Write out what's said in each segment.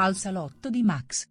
al salotto di Max.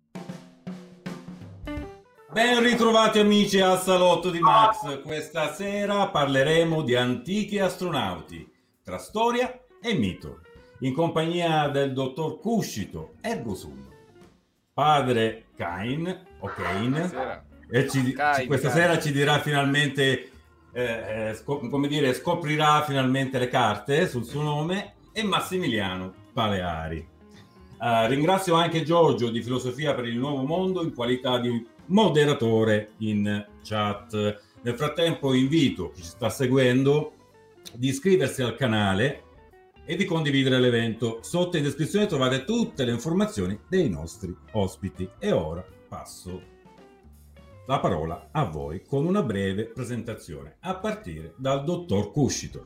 Ben ritrovati amici al salotto di Max. Questa sera parleremo di antichi astronauti, tra storia e mito, in compagnia del dottor Cuscito, ergo sum, padre Cain, o Cain, questa sera ci dirà finalmente, come dire, scoprirà finalmente le carte sul suo nome, e Massimiliano Paleari. Ringrazio anche Giorgio di Filosofia per il Nuovo Mondo in qualità di moderatore in chat. Nel frattempo invito chi ci sta seguendo di iscriversi al canale e di condividere l'evento. Sotto in descrizione trovate tutte le informazioni dei nostri ospiti. E ora passo la parola a voi con una breve presentazione, a partire dal dottor Cuscito.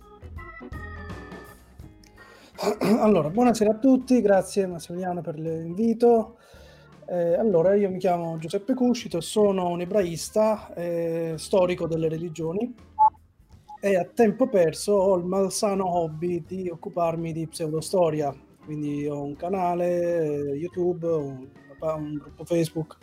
Allora, buonasera a tutti, grazie Massimiliano per l'invito. Allora, io mi chiamo Giuseppe Cuscito, sono un ebraista, storico delle religioni, e a tempo perso ho il malsano hobby di occuparmi di pseudostoria. Quindi ho un canale YouTube, un gruppo Facebook,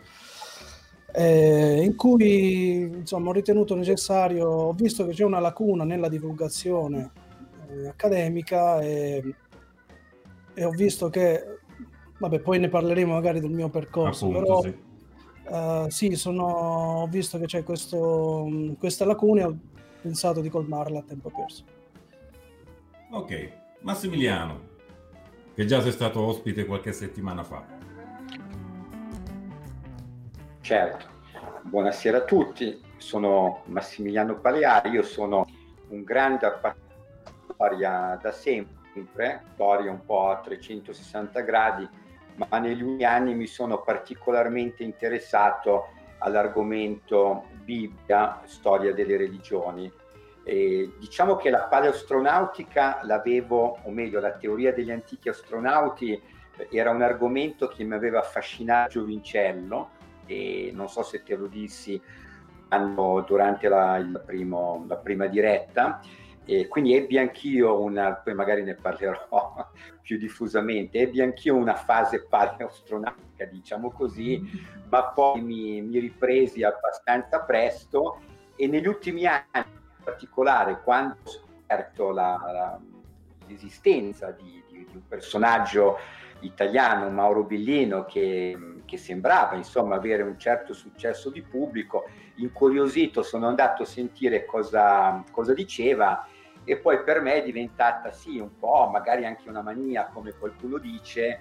in cui insomma ho ritenuto necessario, ho visto che c'è una lacuna nella divulgazione accademica e ho visto che, vabbè, poi ne parleremo magari del mio percorso. Appunto, però sì. Ho visto che c'è questa lacuna e ho pensato di colmarla a tempo perso. Ok, Massimiliano, che già sei stato ospite qualche settimana fa. Certo, buonasera a tutti, sono Massimiliano Paleari, io sono un grande appassionato di storia da sempre, storia un po' a 360 gradi, ma negli ultimi anni mi sono particolarmente interessato all'argomento Bibbia, storia delle religioni. E diciamo che la paleostronautica l'avevo, o meglio la teoria degli antichi astronauti, era un argomento che mi aveva affascinato giovincello, e non so se te lo dissi durante la prima diretta, e quindi ebbi anch'io poi magari ne parlerò più diffusamente, ebbi anch'io una fase paleostronautica, diciamo così, ma poi mi ripresi abbastanza presto, e negli ultimi anni, in particolare quando ho scoperto l'esistenza di un personaggio italiano, Mauro Bellino, che sembrava insomma avere un certo successo di pubblico, incuriosito sono andato a sentire cosa diceva, e poi per me è diventata sì un po' magari anche una mania, come qualcuno dice,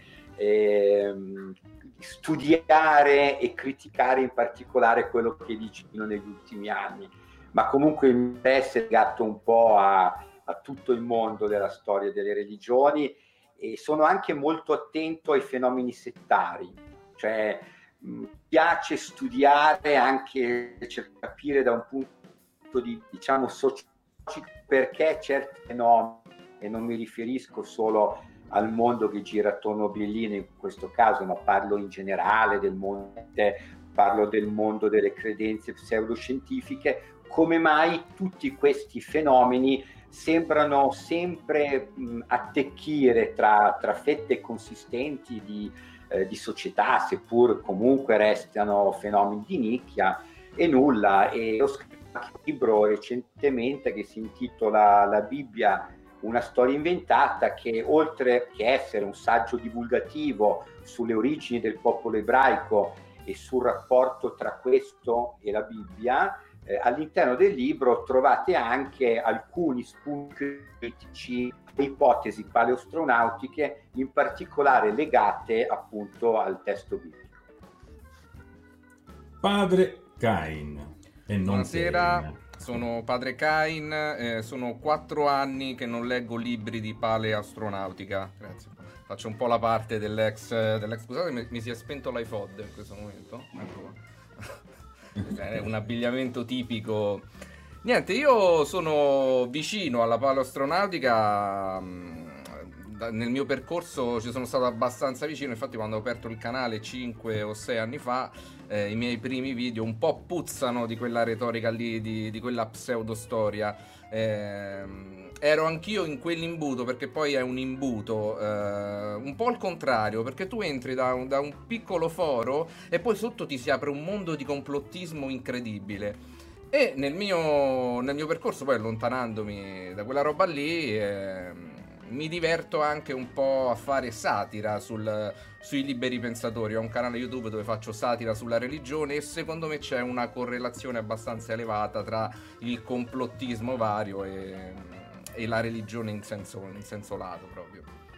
studiare e criticare in particolare quello che dicevano negli ultimi anni, ma comunque il mio interesse è legato un po' a tutto il mondo della storia delle religioni, e sono anche molto attento ai fenomeni settari, cioè mi piace studiare anche, cercare di capire da un punto di diciamo sociologico perché certi fenomeni, e non mi riferisco solo al mondo che gira attorno a Bellino in questo caso, ma parlo in generale parlo del mondo delle credenze pseudoscientifiche, come mai tutti questi fenomeni sembrano sempre attecchire tra fette consistenti di società, seppur comunque restano fenomeni di nicchia e nulla. E ho scritto anche un libro recentemente che si intitola La Bibbia, una storia inventata, che oltre che essere un saggio divulgativo sulle origini del popolo ebraico e sul rapporto tra questo e la Bibbia, all'interno del libro trovate anche alcuni spunti critici e ipotesi paleostronautiche, in particolare legate appunto al testo biblico. Padre Cain e non Buonasera, Cain. sono Padre Cain, sono 4 anni che non leggo libri di paleastronautica. Grazie. Faccio un po' la parte dell'ex. Scusate, mi si è spento l'iPod in questo momento. Ecco qua. È un abbigliamento tipico. Niente, io sono vicino alla paleostronautica. Nel mio percorso ci sono stato abbastanza vicino, infatti quando ho aperto il canale 5 o 6 anni fa, i miei primi video un po' puzzano di quella retorica lì, di quella pseudostoria, ero anch'io in quell'imbuto, perché poi è un imbuto un po' al contrario, perché tu entri da un piccolo foro e poi sotto ti si apre un mondo di complottismo incredibile. E nel mio percorso, poi allontanandomi da quella roba lì, mi diverto anche un po' a fare satira sui liberi pensatori. Ho un canale YouTube dove faccio satira sulla religione e secondo me c'è una correlazione abbastanza elevata tra il complottismo vario e la religione in senso lato proprio.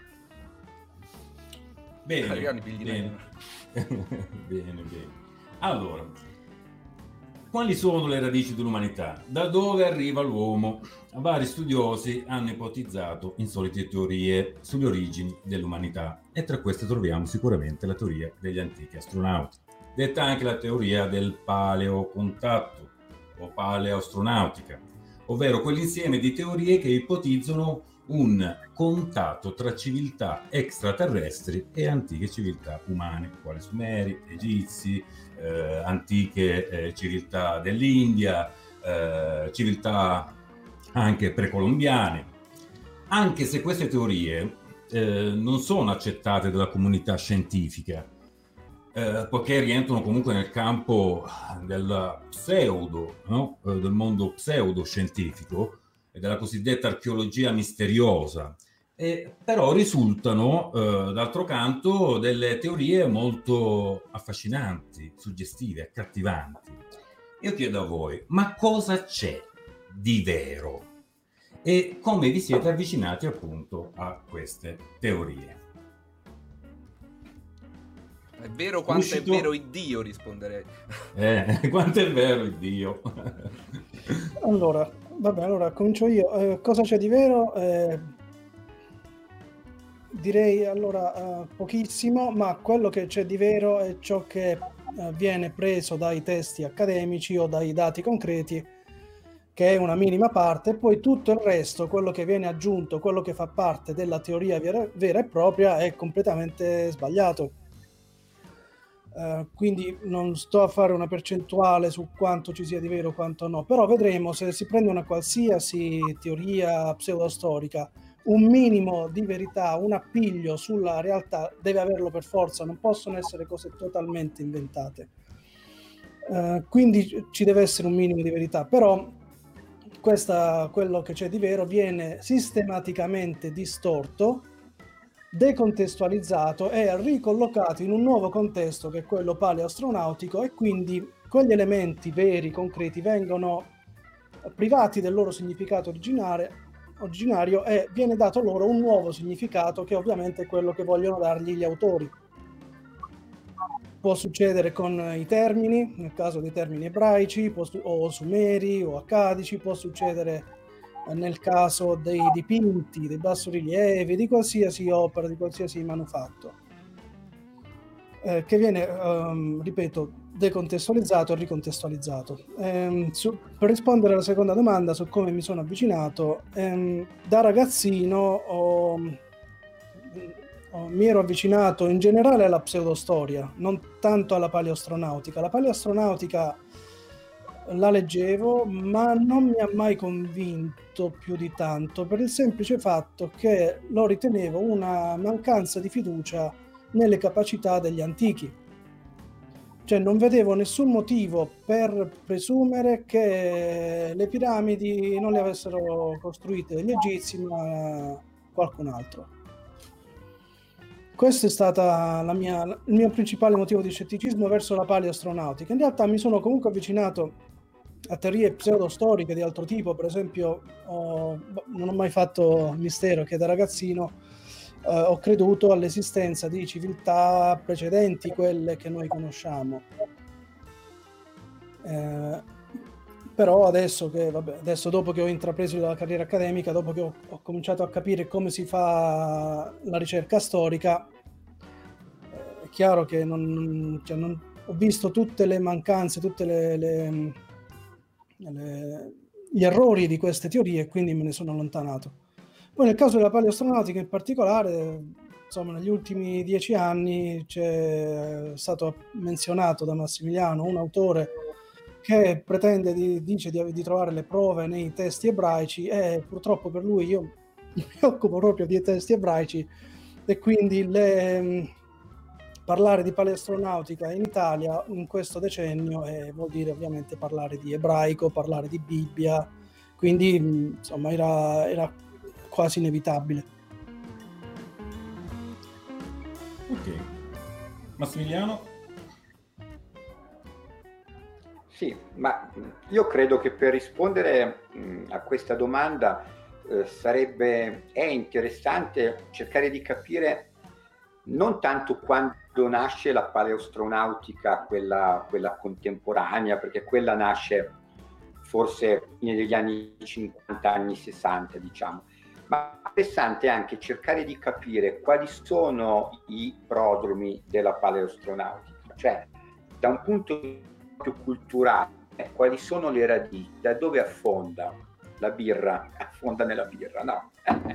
Bene, bene. Bene. Allora, quali sono le radici dell'umanità? Da dove arriva l'uomo? Vari studiosi hanno ipotizzato insolite teorie sulle origini dell'umanità e tra queste troviamo sicuramente la teoria degli antichi astronauti, detta anche la teoria del paleocontatto o paleoastronautica, ovvero quell'insieme di teorie che ipotizzano un contatto tra civiltà extraterrestri e antiche civiltà umane, quali Sumeri, Egizi, antiche civiltà dell'India, civiltà anche precolombiane, anche se queste teorie non sono accettate dalla comunità scientifica, poiché rientrano comunque nel campo del pseudo, no? Del mondo pseudoscientifico e della cosiddetta archeologia misteriosa. Però risultano, d'altro canto, delle teorie molto affascinanti, suggestive, accattivanti. Io chiedo a voi, ma cosa c'è di vero? E come vi siete avvicinati appunto a queste teorie? È vero quanto è vero il Dio, risponderei. Quanto è vero il Dio? Allora, vabbè, allora comincio io. Cosa c'è di vero? Direi allora pochissimo, ma quello che c'è di vero è ciò che viene preso dai testi accademici o dai dati concreti, che è una minima parte, e poi tutto il resto, quello che viene aggiunto, quello che fa parte della teoria vera e propria, è completamente sbagliato. Quindi non sto a fare una percentuale su quanto ci sia di vero o quanto no, però vedremo. Se si prende una qualsiasi teoria pseudostorica, un minimo di verità, un appiglio sulla realtà deve averlo per forza, non possono essere cose totalmente inventate. Quindi ci deve essere un minimo di verità, però quello che c'è di vero viene sistematicamente distorto, decontestualizzato e ricollocato in un nuovo contesto che è quello paleoastronautico, e quindi quegli elementi veri, concreti, vengono privati del loro significato originario e viene dato loro un nuovo significato che ovviamente è quello che vogliono dargli gli autori. Può succedere con i termini, nel caso dei termini ebraici, o sumeri o accadici, può succedere nel caso dei dipinti, dei bassorilievi, di qualsiasi opera, di qualsiasi manufatto, che viene, ripeto, decontestualizzato e ricontestualizzato. Per rispondere alla seconda domanda su come mi sono avvicinato, da ragazzino mi ero avvicinato in generale alla pseudostoria, non tanto alla paleoastronautica. La paleoastronautica la leggevo, ma non mi ha mai convinto più di tanto, per il semplice fatto che lo ritenevo una mancanza di fiducia nelle capacità degli antichi. Cioè non vedevo nessun motivo per presumere che le piramidi non le avessero costruite gli egizi, ma qualcun altro. Questo è stato il mio principale motivo di scetticismo verso la paleoastronautica. In realtà mi sono comunque avvicinato a teorie pseudostoriche di altro tipo. Per esempio, non ho mai fatto mistero che da ragazzino ho creduto all'esistenza di civiltà precedenti, quelle che noi conosciamo. Però adesso dopo che ho intrapreso la carriera accademica, dopo che ho cominciato a capire come si fa la ricerca storica, è chiaro che ho visto tutte le mancanze, tutte gli errori di queste teorie, e quindi me ne sono allontanato. Poi nel caso della paleoastronautica in particolare, insomma, negli ultimi 10 anni c'è stato menzionato da Massimiliano un autore che pretende dice di trovare le prove nei testi ebraici, e purtroppo per lui, io mi occupo proprio di testi ebraici, e quindi parlare di paleostronautica in Italia in questo decennio vuol dire ovviamente parlare di ebraico, parlare di Bibbia, quindi insomma era quasi inevitabile. Ok. Massimiliano? Sì, ma io credo che per rispondere a questa domanda è interessante cercare di capire non tanto quando nasce la paleostronautica, quella contemporanea, perché quella nasce forse negli anni 50, anni 60, diciamo, ma è interessante anche cercare di capire quali sono i prodromi della paleostronautica, cioè da un punto di vista più culturale, quali sono le radici, da dove affonda la birra? Affonda nella birra, no?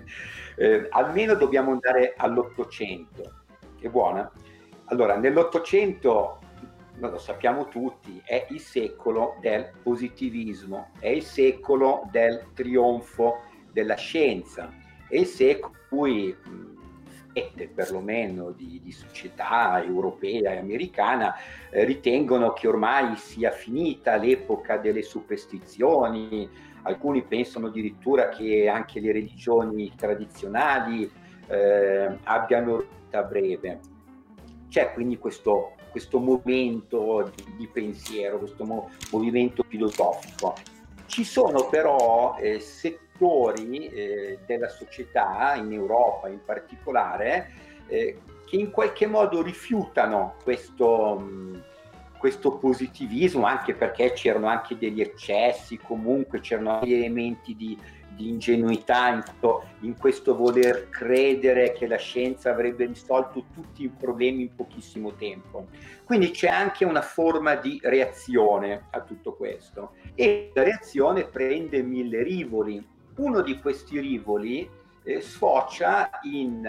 Almeno dobbiamo andare all'800. È buona? Allora, nell'Ottocento, lo sappiamo tutti, è il secolo del positivismo, è il secolo del trionfo della scienza, è il secolo in cui perlomeno di società europea e americana ritengono che ormai sia finita l'epoca delle superstizioni. Alcuni pensano addirittura che anche le religioni tradizionali abbiano vita breve. C'è quindi questo movimento di pensiero, questo movimento filosofico. Ci sono però settori della società, in Europa in particolare, che in qualche modo rifiutano questo positivismo, anche perché c'erano anche degli eccessi, comunque c'erano degli elementi di ingenuità in questo voler credere che la scienza avrebbe risolto tutti i problemi in pochissimo tempo. Quindi c'è anche una forma di reazione a tutto questo, e la reazione prende 1000 rivoli. Uno di questi rivoli sfocia in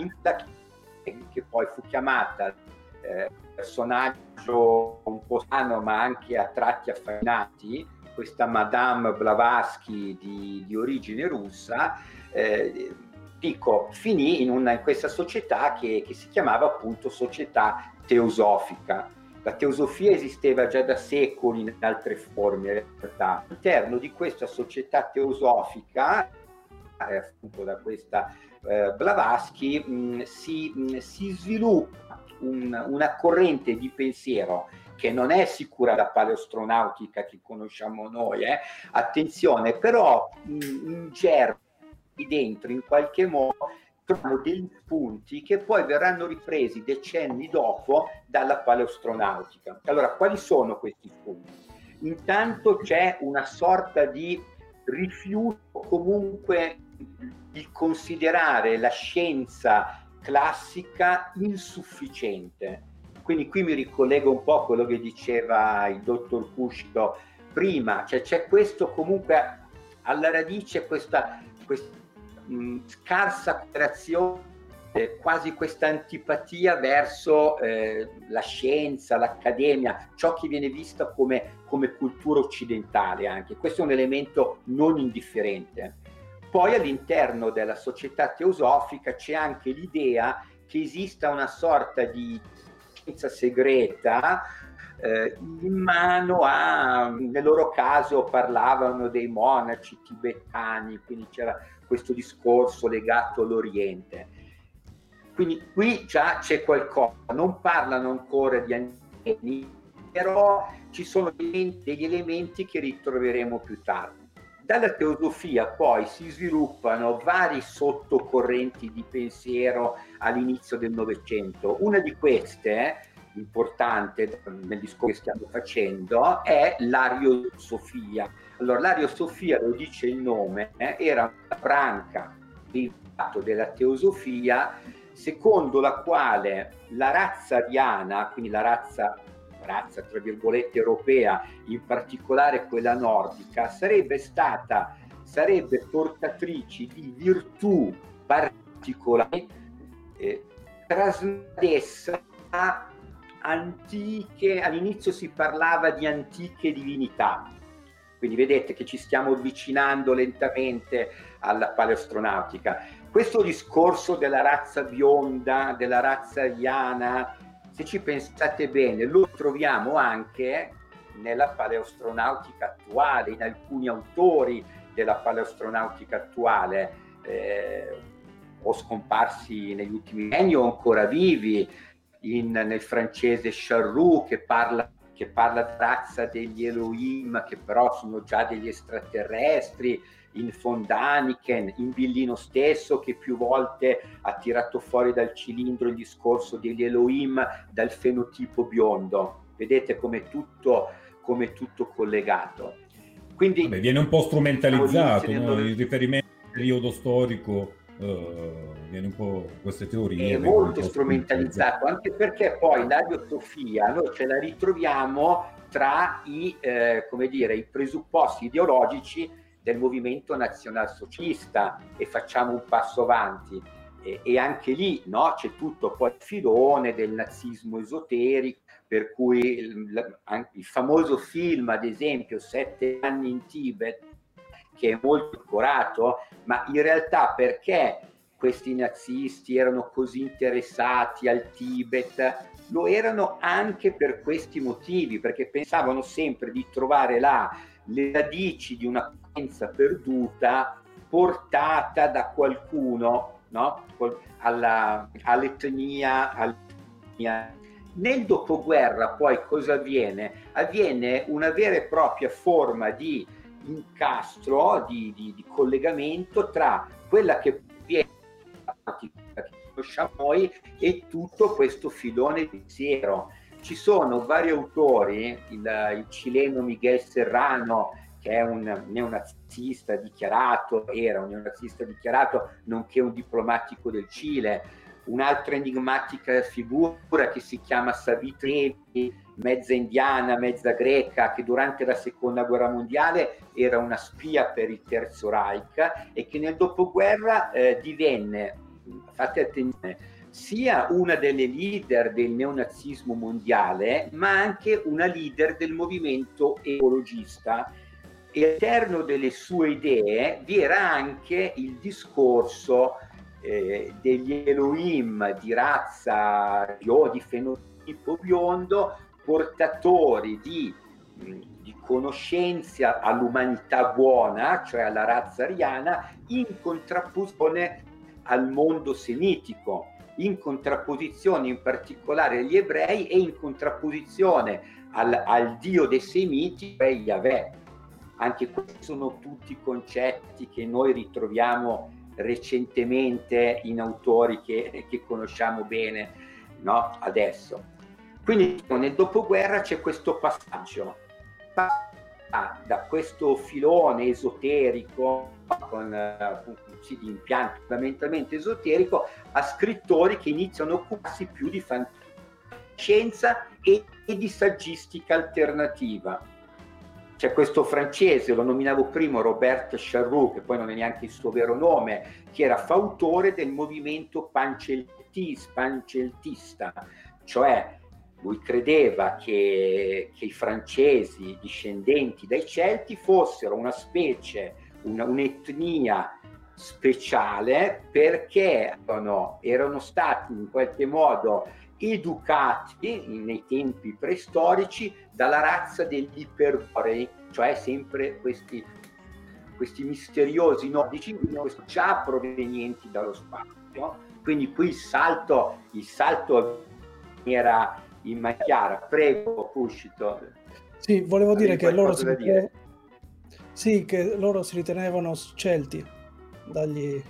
che poi fu chiamata personaggio un po' strano ma anche a tratti affascinanti, questa Madame Blavatsky di origine russa, finì in questa società che si chiamava appunto società teosofica. La teosofia esisteva già da secoli in altre forme, in realtà. All'interno di questa società teosofica, appunto da questa Blavatsky, si sviluppa una corrente di pensiero che non è sicura la paleostronautica che conosciamo noi, attenzione, però in gergo dentro in qualche modo trovano degli spunti che poi verranno ripresi decenni dopo dalla paleostronautica. Allora, quali sono questi spunti? Intanto c'è una sorta di rifiuto comunque di considerare la scienza classica insufficiente. Quindi qui mi ricollego un po' a quello che diceva il dottor Cuscito prima, cioè c'è questo comunque alla radice questa scarsa cooperazione, quasi questa antipatia verso la scienza, l'accademia, ciò che viene visto come cultura occidentale anche. Questo è un elemento non indifferente. Poi all'interno della società teosofica c'è anche l'idea che esista una sorta di scienza segreta in mano nel loro caso parlavano dei monaci tibetani, quindi c'era questo discorso legato all'Oriente. Quindi qui già c'è qualcosa, non parlano ancora di alieni, però ci sono degli elementi che ritroveremo più tardi. Dalla teosofia poi si sviluppano vari sottocorrenti di pensiero all'inizio del Novecento. Una di queste, importante nel discorso che stiamo facendo, è l'ariosofia. Allora, l'ariosofia, lo dice il nome, era una branca della teosofia secondo la quale la razza ariana, quindi la razza tra virgolette europea, in particolare quella nordica, sarebbe portatrice di virtù particolari trasmessa antiche, all'inizio si parlava di antiche divinità, quindi vedete che ci stiamo avvicinando lentamente alla paleostronautica. Questo discorso della razza bionda, della razza ariana, se ci pensate bene, lo troviamo anche nella paleostronautica attuale, in alcuni autori della paleostronautica attuale, o scomparsi negli ultimi anni o ancora vivi, nel francese Charroux che parla di razza degli Elohim, che però sono già degli extraterrestri, in von Daniken, in Billino stesso, che più volte ha tirato fuori dal cilindro il discorso degli Elohim dal fenotipo biondo. Vedete come tutto collegato. Quindi viene un po' strumentalizzato, no? Il riferimento al periodo storico, viene un po' queste teorie. È molto strumentalizzato, anche perché poi l'ariosofia noi ce la ritroviamo tra i presupposti ideologici del movimento nazionalsocialista, e facciamo un passo avanti. E anche lì, no, c'è tutto poi il filone del nazismo esoterico, per cui il famoso film, ad esempio, 7 anni in Tibet, che è molto decorato, ma in realtà perché questi nazisti erano così interessati al Tibet? Lo erano anche per questi motivi, perché pensavano sempre di trovare là le radici di una potenza perduta portata da qualcuno, no? all'etnia. Nel dopoguerra poi cosa avviene? Avviene una vera e propria forma di incastro, di collegamento tra quella che viene che conosciamo noi e tutto questo filone di pensiero. Ci sono vari autori, il cileno Miguel Serrano, che è un neonazista dichiarato, era un neonazista dichiarato, nonché un diplomatico del Cile, un'altra enigmatica figura che si chiama Savitri, mezza indiana, mezza greca, che durante la seconda guerra mondiale era una spia per il Terzo Reich e che nel dopoguerra divenne, fate attenzione, sia una delle leader del neonazismo mondiale, ma anche una leader del movimento ecologista. E all'interno delle sue idee vi era anche il discorso degli Elohim di razza o di fenotipo biondo, portatori di conoscenza all'umanità buona, cioè alla razza ariana, in contrapposizione al mondo semitico, in contrapposizione in particolare agli ebrei e in contrapposizione al dio dei semiti, cioè Yahweh. Anche questi sono tutti concetti che noi ritroviamo recentemente in autori che conosciamo bene, no? Adesso. Quindi nel dopoguerra c'è questo passaggio da questo filone esoterico con di impianto fondamentalmente esoterico a scrittori che iniziano a occuparsi più di fantascienza e di saggistica alternativa. C'è questo francese, lo nominavo prima, Robert Charroux, che poi non è neanche il suo vero nome, che era fautore del movimento panceltista, cioè lui credeva che i francesi discendenti dai Celti fossero una specie, un'etnia speciale, perché erano stati in qualche modo educati nei tempi preistorici dalla razza degli iperborei, cioè sempre questi misteriosi nordici già provenienti dallo spazio. Quindi qui il salto era in maniera chiara. Prego, Cuscito. Sì, volevo dire che loro che loro si ritenevano Celti dagli...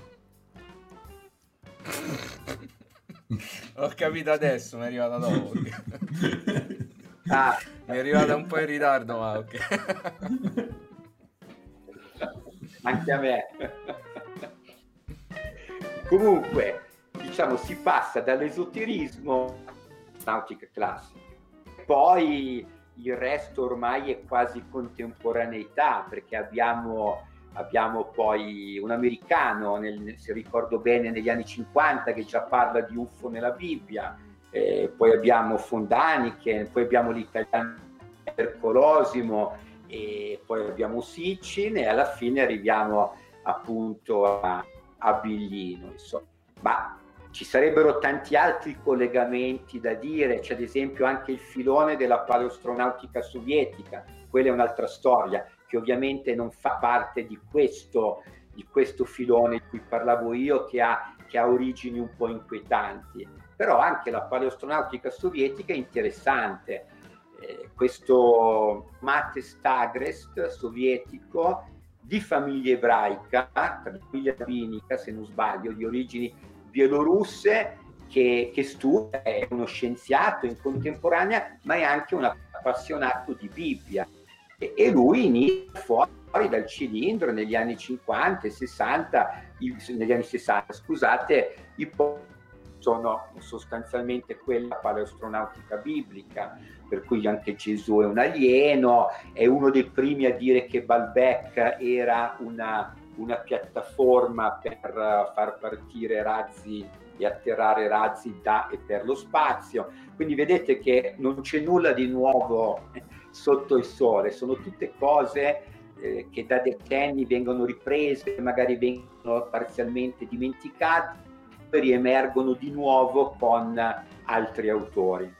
Ho capito adesso, mi è arrivata dopo. Mi è arrivata un po' in ritardo, ma ok. Anche a me. Comunque, diciamo, si passa dall'esoterismo nautica classica. Poi il resto ormai è quasi contemporaneità, perché abbiamo poi un americano, se ricordo bene, negli anni 50, che già parla di UFO nella Bibbia, poi abbiamo Fondaniken, poi abbiamo l'italiano Ercolosimo, e poi abbiamo Sitchin, e alla fine arriviamo appunto a Biglino, insomma. Ma ci sarebbero tanti altri collegamenti da dire, c'è ad esempio anche il filone della paleostronautica sovietica, quella è un'altra storia che ovviamente non fa parte di questo filone di cui parlavo io, che ha origini un po' inquietanti, però anche la paleostronautica sovietica è interessante. Questo Mate Stagrest sovietico, di famiglia ebraica, famiglia rabbinica se non sbaglio, di origini bielorusse, che studia, è uno scienziato in contemporanea, ma è anche un appassionato di Bibbia, e lui inizia fuori dal cilindro negli anni 50 e 60, negli anni 60, scusate, sono sostanzialmente quella paleostronautica biblica, per cui anche Gesù è un alieno, è uno dei primi a dire che Baalbek era una piattaforma per far partire razzi e atterrare razzi da e per lo spazio. Quindi vedete che non c'è nulla di nuovo sotto il sole, sono tutte cose che da decenni vengono riprese, magari vengono parzialmente dimenticate, poi riemergono di nuovo con altri autori.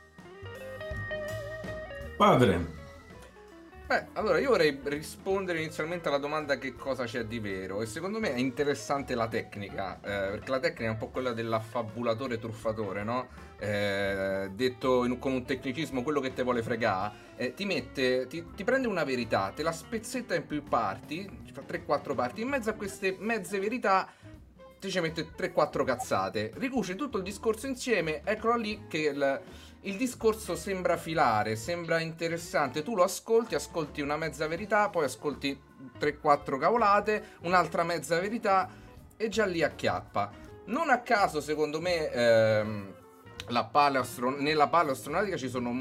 Padre. Allora io vorrei rispondere inizialmente alla domanda che cosa c'è di vero, e secondo me è interessante la tecnica, perché la tecnica è un po' quella dell'affabulatore truffatore, no? Detto con un tecnicismo, quello che te vuole fregare, ti prende una verità, te la spezzetta in più parti, ci fa 3-4 parti, in mezzo a queste mezze verità ti ci mette 3-4 cazzate, ricuci tutto il discorso insieme, eccolo lì che il discorso sembra filare, sembra interessante, tu lo ascolti una mezza verità, poi ascolti 3-4 cavolate, un'altra mezza verità, e già lì acchiappa. Non a caso, secondo me, nella paleostronautica ci sono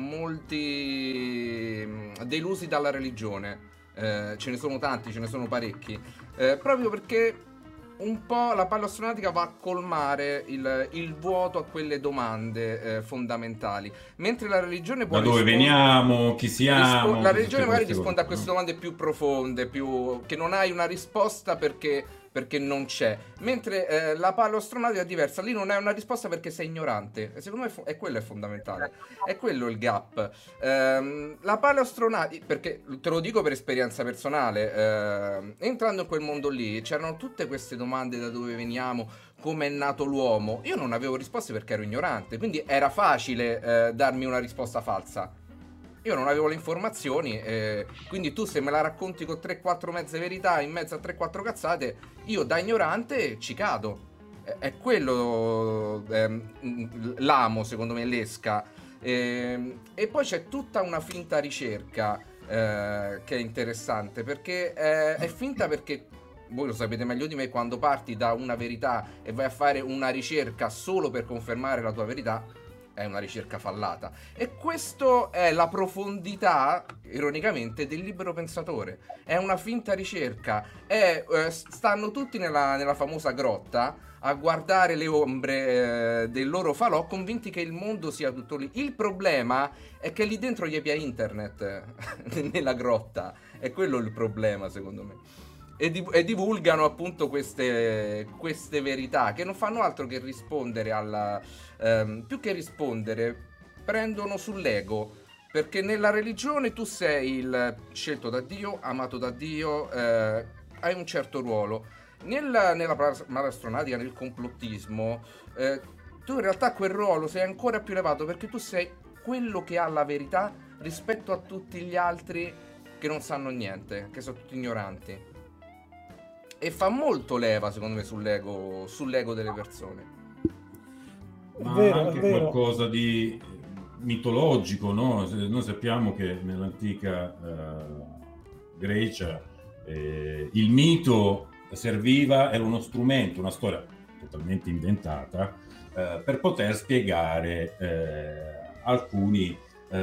molti delusi dalla religione, ce ne sono tanti, ce ne sono parecchi, proprio perché un po' la paleostronautica va a colmare il vuoto a quelle domande fondamentali, mentre la religione può da dove veniamo, chi siamo, la religione magari risponde a queste domande più profonde, che non hai una risposta perché non c'è, mentre la paleostronautica è diversa, lì non hai una risposta perché sei ignorante, e secondo me quello è fondamentale, è quello il gap. La paleostronautica, perché te lo dico per esperienza personale, entrando in quel mondo lì c'erano tutte queste domande: da dove veniamo, come è nato l'uomo. Io non avevo risposte perché ero ignorante, quindi era facile darmi una risposta falsa. Io non avevo le informazioni, quindi tu se me la racconti con 3-4 mezze verità in mezzo a 3-4 cazzate, io da ignorante ci cado. È quello l'amo, secondo me, l'esca. E poi c'è tutta una finta ricerca che è interessante, perché è finta perché voi lo sapete meglio di me, quando parti da una verità e vai a fare una ricerca solo per confermare la tua verità, è una ricerca fallata. E questo è la profondità, ironicamente, del libero pensatore. È una finta ricerca. Stanno tutti nella famosa grotta a guardare le ombre del loro falò, convinti che il mondo sia tutto lì. Il problema è che lì dentro gli abbia internet nella grotta. È quello il problema, secondo me. E divulgano appunto queste verità, che non fanno altro che rispondere più che rispondere, prendono sull'ego, perché nella religione tu sei il scelto da Dio, amato da Dio, hai un certo ruolo. Nella paleostronautica, nel complottismo, tu in realtà quel ruolo sei ancora più elevato, perché tu sei quello che ha la verità rispetto a tutti gli altri che non sanno niente, che sono tutti ignoranti. E fa molto leva, secondo me, sull'ego delle persone. Ma anche qualcosa di mitologico, no? Noi sappiamo che nell'antica Grecia il mito era uno strumento, una storia totalmente inventata, per poter spiegare alcuni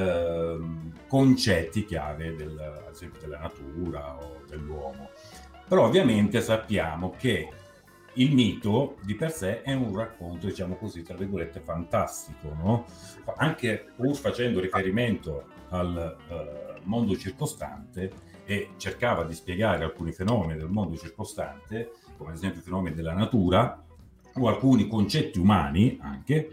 concetti chiave ad esempio della natura o dell'uomo. Però ovviamente sappiamo che il mito di per sé è un racconto, diciamo così, tra virgolette, fantastico, no? Anche pur facendo riferimento al mondo circostante, e cercava di spiegare alcuni fenomeni del mondo circostante, come ad esempio i fenomeni della natura o alcuni concetti umani anche,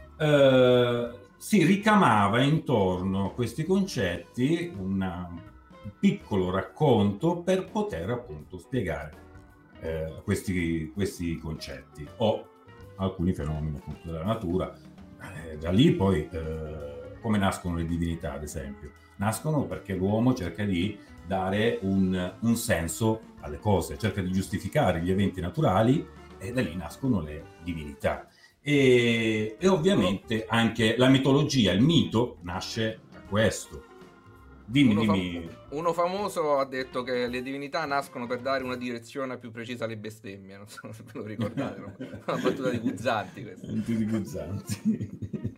si ricamava intorno a questi concetti un piccolo racconto per poter appunto spiegare questi concetti o alcuni fenomeni appunto della natura. Da lì poi come nascono le divinità, ad esempio? Nascono perché l'uomo cerca di dare un senso alle cose, cerca di giustificare gli eventi naturali, e da lì nascono le divinità. E ovviamente anche la mitologia, il mito nasce da questo. Dimmi. Uno famoso ha detto che le divinità nascono per dare una direzione più precisa alle bestemmie, non so se ve lo ricordate, no? Una battuta di Guzzanti questa. Di Guzzanti.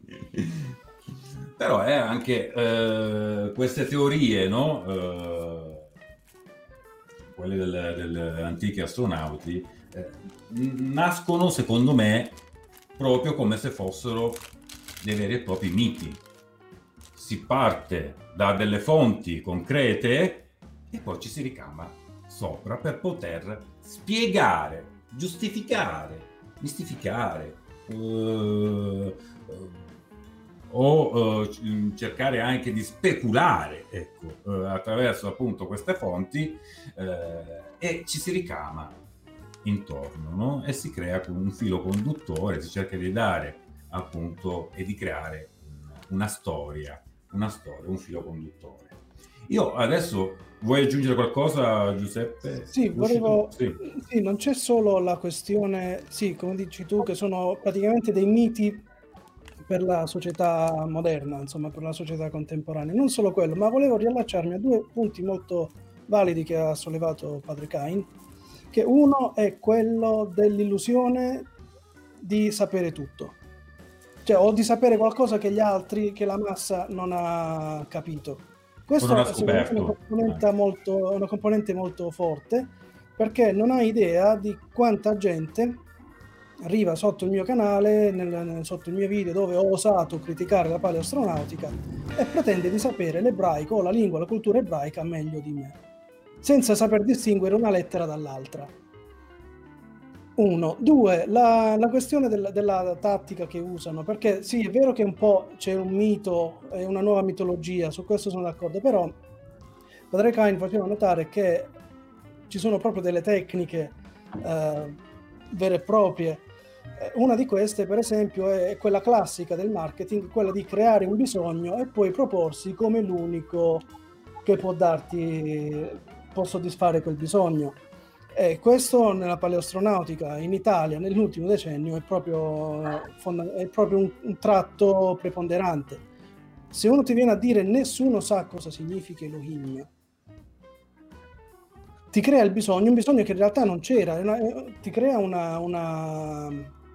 Però anche queste teorie, no? Quelle delle antichi astronauti, nascono secondo me proprio come se fossero dei veri e propri miti. Si parte da delle fonti concrete e poi ci si ricama sopra per poter spiegare, giustificare, mistificare o cercare anche di speculare, ecco, attraverso appunto queste fonti, e ci si ricama intorno, no? E si crea un filo conduttore, si cerca di dare appunto e di creare una storia, un filo conduttore. Io adesso, vuoi aggiungere qualcosa, Giuseppe? Sì, volevo... Sì, non c'è solo la questione, sì, come dici tu, che sono praticamente dei miti per la società moderna, insomma, per la società contemporanea. Non solo quello, ma volevo riallacciarmi a due punti molto validi che ha sollevato padre Cain, che uno è quello dell'illusione di sapere tutto, cioè o di sapere qualcosa che gli altri, che la massa non ha capito. Questo è una componente molto forte, perché non ha idea di quanta gente arriva sotto il mio canale, sotto il mio video dove ho osato criticare la paleoastronautica, e pretende di sapere l'ebraico o la lingua, la cultura ebraica meglio di me, senza saper distinguere una lettera dall'altra. Uno. Due, la questione della tattica che usano, perché sì, è vero che un po' c'è un mito e una nuova mitologia, su questo sono d'accordo, però padre Cain faceva notare che ci sono proprio delle tecniche vere e proprie. Una di queste, per esempio, è quella classica del marketing, quella di creare un bisogno e poi proporsi come l'unico che può soddisfare quel bisogno. E questo nella paleoastronautica in Italia nell'ultimo decennio è proprio un tratto preponderante. Se uno ti viene a dire nessuno sa cosa significa Elohim, ti crea un bisogno che in realtà non c'era, ti crea una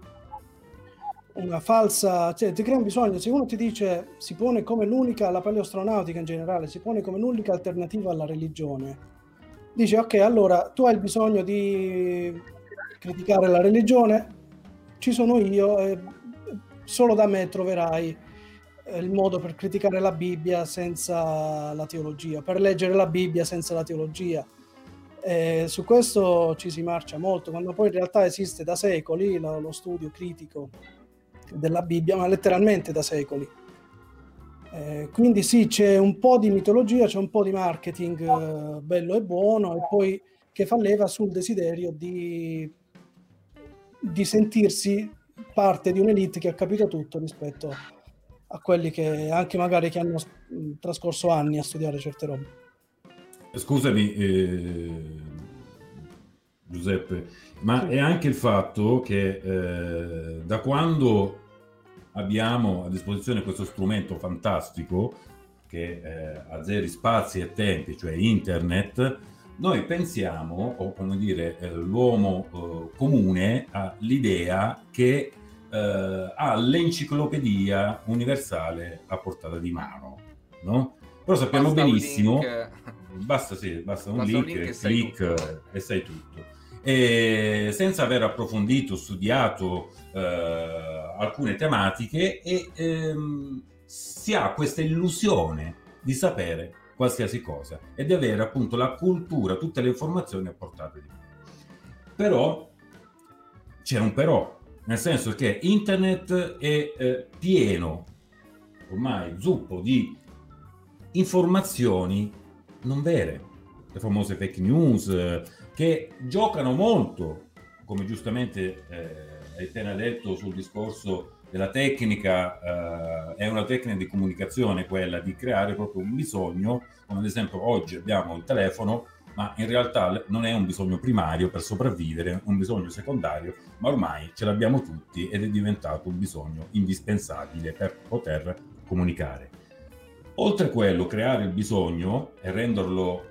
falsa, cioè ti crea un bisogno. Se uno ti dice, si pone come l'unica, la paleoastronautica in generale si pone come l'unica alternativa alla religione, dice ok, allora tu hai il bisogno di criticare la religione, ci sono io, solo da me troverai il modo per criticare la Bibbia senza la teologia, per leggere la Bibbia senza la teologia. Su questo ci si marcia molto, quando poi in realtà esiste da secoli lo studio critico della Bibbia, ma letteralmente da secoli. Quindi sì, c'è un po' di mitologia, c'è un po' di marketing bello e buono, e poi che fa leva sul desiderio di sentirsi parte di un'elite che ha capito tutto rispetto a quelli che anche magari che hanno trascorso anni a studiare certe robe. Scusami Giuseppe, ma sì, è anche il fatto che da quando abbiamo a disposizione questo strumento fantastico che azzeri spazi e tempi, cioè internet, noi pensiamo, o come dire, l'uomo comune ha l'idea che ha l'enciclopedia universale a portata di mano, no? Però sappiamo benissimo, basta un link, click e sai tutto. e senza aver approfondito, studiato alcune tematiche, e si ha questa illusione di sapere qualsiasi cosa e di avere appunto la cultura, tutte le informazioni a portata di mano. Però c'è un però, nel senso che internet è pieno, ormai zuppo di informazioni non vere, le famose fake news, che giocano molto, come giustamente hai appena detto sul discorso della tecnica. È una tecnica di comunicazione quella di creare proprio un bisogno, come ad esempio oggi abbiamo il telefono, ma in realtà non è un bisogno primario per sopravvivere, un bisogno secondario, ma ormai ce l'abbiamo tutti ed è diventato un bisogno indispensabile per poter comunicare. Oltre a quello, creare il bisogno e renderlo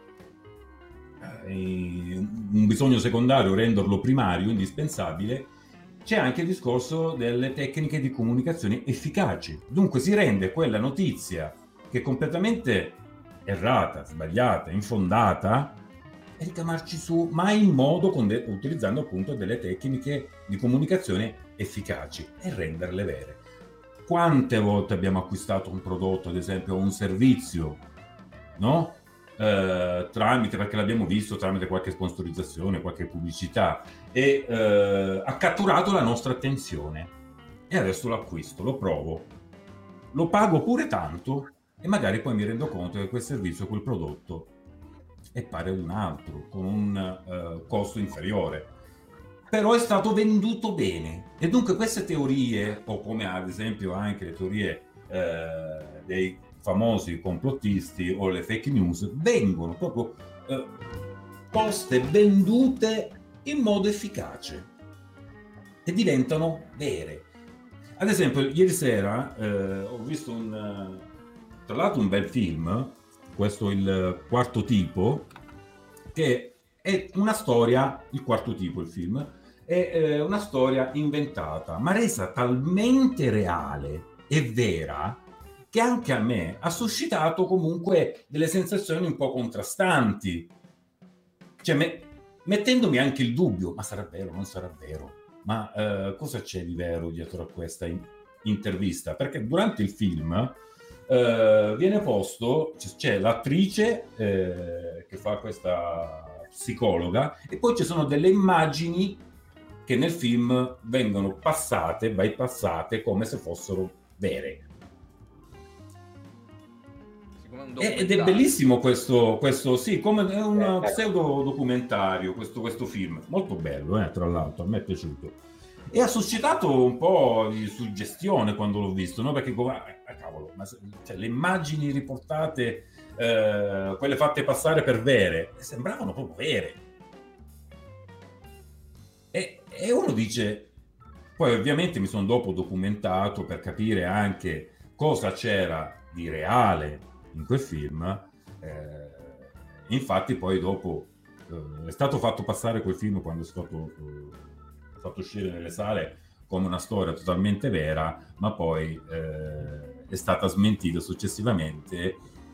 un bisogno secondario, renderlo primario, indispensabile, c'è anche il discorso delle tecniche di comunicazione efficaci. Dunque si rende quella notizia che è completamente errata, sbagliata, infondata, e ricamarci su, ma in modo utilizzando appunto delle tecniche di comunicazione efficaci e renderle vere. Quante volte abbiamo acquistato un prodotto, ad esempio un servizio, no? Tramite, perché l'abbiamo visto, tramite qualche sponsorizzazione, qualche pubblicità, e ha catturato la nostra attenzione, e adesso lo acquisto, lo provo, lo pago pure tanto, e magari poi mi rendo conto che quel servizio, quel prodotto è pari ad un altro, con un costo inferiore, però è stato venduto bene. E dunque queste teorie, o come ad esempio anche le teorie dei famosi complottisti o le fake news, vengono proprio poste, vendute in modo efficace e diventano vere. Ad esempio, ieri sera ho visto tra l'altro un bel film, questo Il Quarto Tipo, che è una storia, Il Quarto Tipo, il film, è una storia inventata, ma resa talmente reale e vera che anche a me ha suscitato comunque delle sensazioni un po' contrastanti, cioè mettendomi anche il dubbio, ma sarà vero, non sarà vero, ma cosa c'è di vero dietro a questa intervista? Perché durante il film viene posto, c'è l'attrice che fa questa psicologa, e poi ci sono delle immagini che nel film vengono bypassate come se fossero vere. Ed è bellissimo questo sì, come è un pseudo documentario questo film, molto bello, tra l'altro, a me è piaciuto, e ha suscitato un po' di suggestione quando l'ho visto, no? Perché cavolo, cioè, le immagini riportate, quelle fatte passare per vere, sembravano proprio vere, e uno dice, poi ovviamente mi sono dopo documentato per capire anche cosa c'era di reale in quel film. Infatti poi dopo è stato fatto passare quel film, quando è stato fatto uscire nelle sale, come una storia totalmente vera, ma poi è stata smentita successivamente,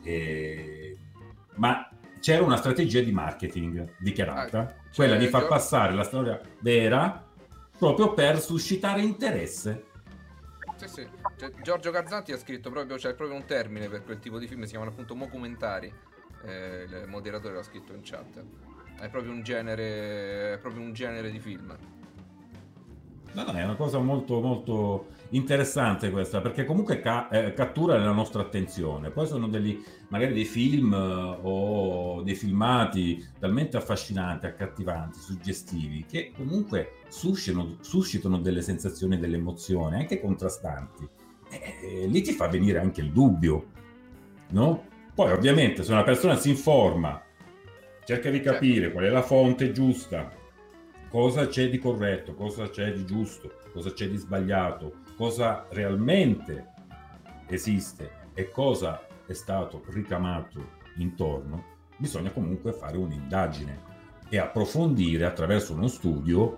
ma c'era una strategia di marketing dichiarata, quella di far passare la storia vera proprio per suscitare interesse. Sì. Cioè, Giorgio Garzanti ha scritto proprio, c'è proprio un termine per quel tipo di film, si chiamano appunto mockumentari. Il moderatore l'ha scritto in chat. È proprio un genere di film. No, è una cosa molto molto interessante questa, perché comunque cattura la nostra attenzione. Poi sono magari dei film o dei filmati talmente affascinanti, accattivanti, suggestivi, che comunque suscitano delle sensazioni, delle emozioni anche contrastanti. Lì ti fa venire anche il dubbio, no? Poi ovviamente se una persona si informa, cerca di capire qual è la fonte giusta, cosa c'è di corretto, cosa c'è di giusto, cosa c'è di sbagliato, cosa realmente esiste e cosa è stato ricamato intorno, bisogna comunque fare un'indagine. e approfondire attraverso uno studio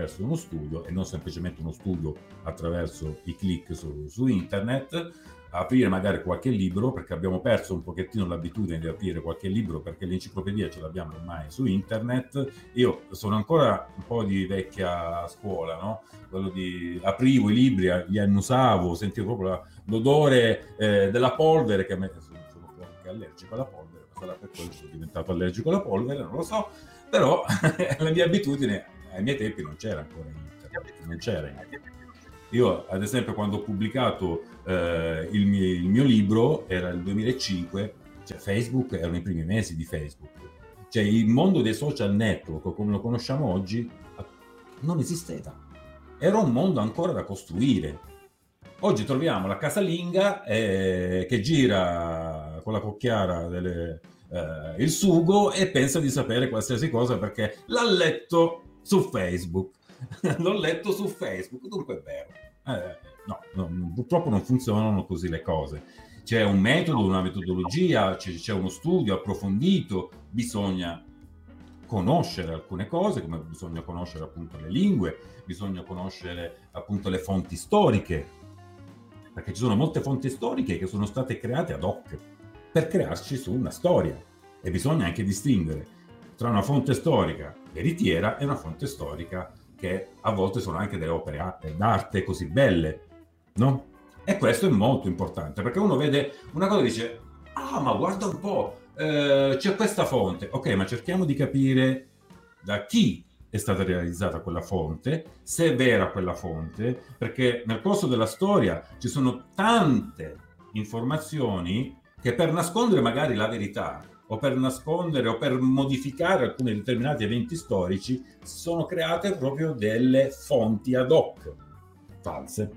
e non semplicemente uno studio attraverso i click su internet, aprire magari qualche libro, perché abbiamo perso un pochettino l'abitudine di aprire qualche libro, perché l'enciclopedia ce l'abbiamo ormai su internet. Io sono ancora un po' di vecchia scuola, no? Quello di aprivo i libri, li annusavo, sentivo proprio l'odore della polvere, che a me sono anche allergico alla polvere, ma sarà per quello che sono diventato allergico alla polvere, non lo so, però la mia abitudine ai miei tempi non c'era ancora internet, non c'era. Io ad esempio quando ho pubblicato il mio libro era il 2005, cioè Facebook erano i primi mesi di Facebook, cioè il mondo dei social network come lo conosciamo oggi non esisteva, era un mondo ancora da costruire. Oggi troviamo la casalinga che gira con la cocchiara il sugo e pensa di sapere qualsiasi cosa perché l'ha letto su Facebook. L'ho letto su Facebook, dunque è vero. No, purtroppo non funzionano così le cose. C'è un metodo, una metodologia, c'è uno studio approfondito, bisogna conoscere alcune cose, come bisogna conoscere appunto le lingue, bisogna conoscere appunto le fonti storiche, perché ci sono molte fonti storiche che sono state create ad hoc per crearci su una storia, e bisogna anche distinguere tra una fonte storica veritiera e una fonte storica che a volte sono anche delle opere d'arte così belle, no? E questo è molto importante, perché uno vede una cosa e dice: ah, ma guarda un po', c'è questa fonte, ok, ma cerchiamo di capire da chi è stata realizzata quella fonte, se è vera quella fonte, perché nel corso della storia ci sono tante informazioni che per nascondere magari la verità o per nascondere o per modificare alcuni determinati eventi storici sono create proprio delle fonti ad hoc false,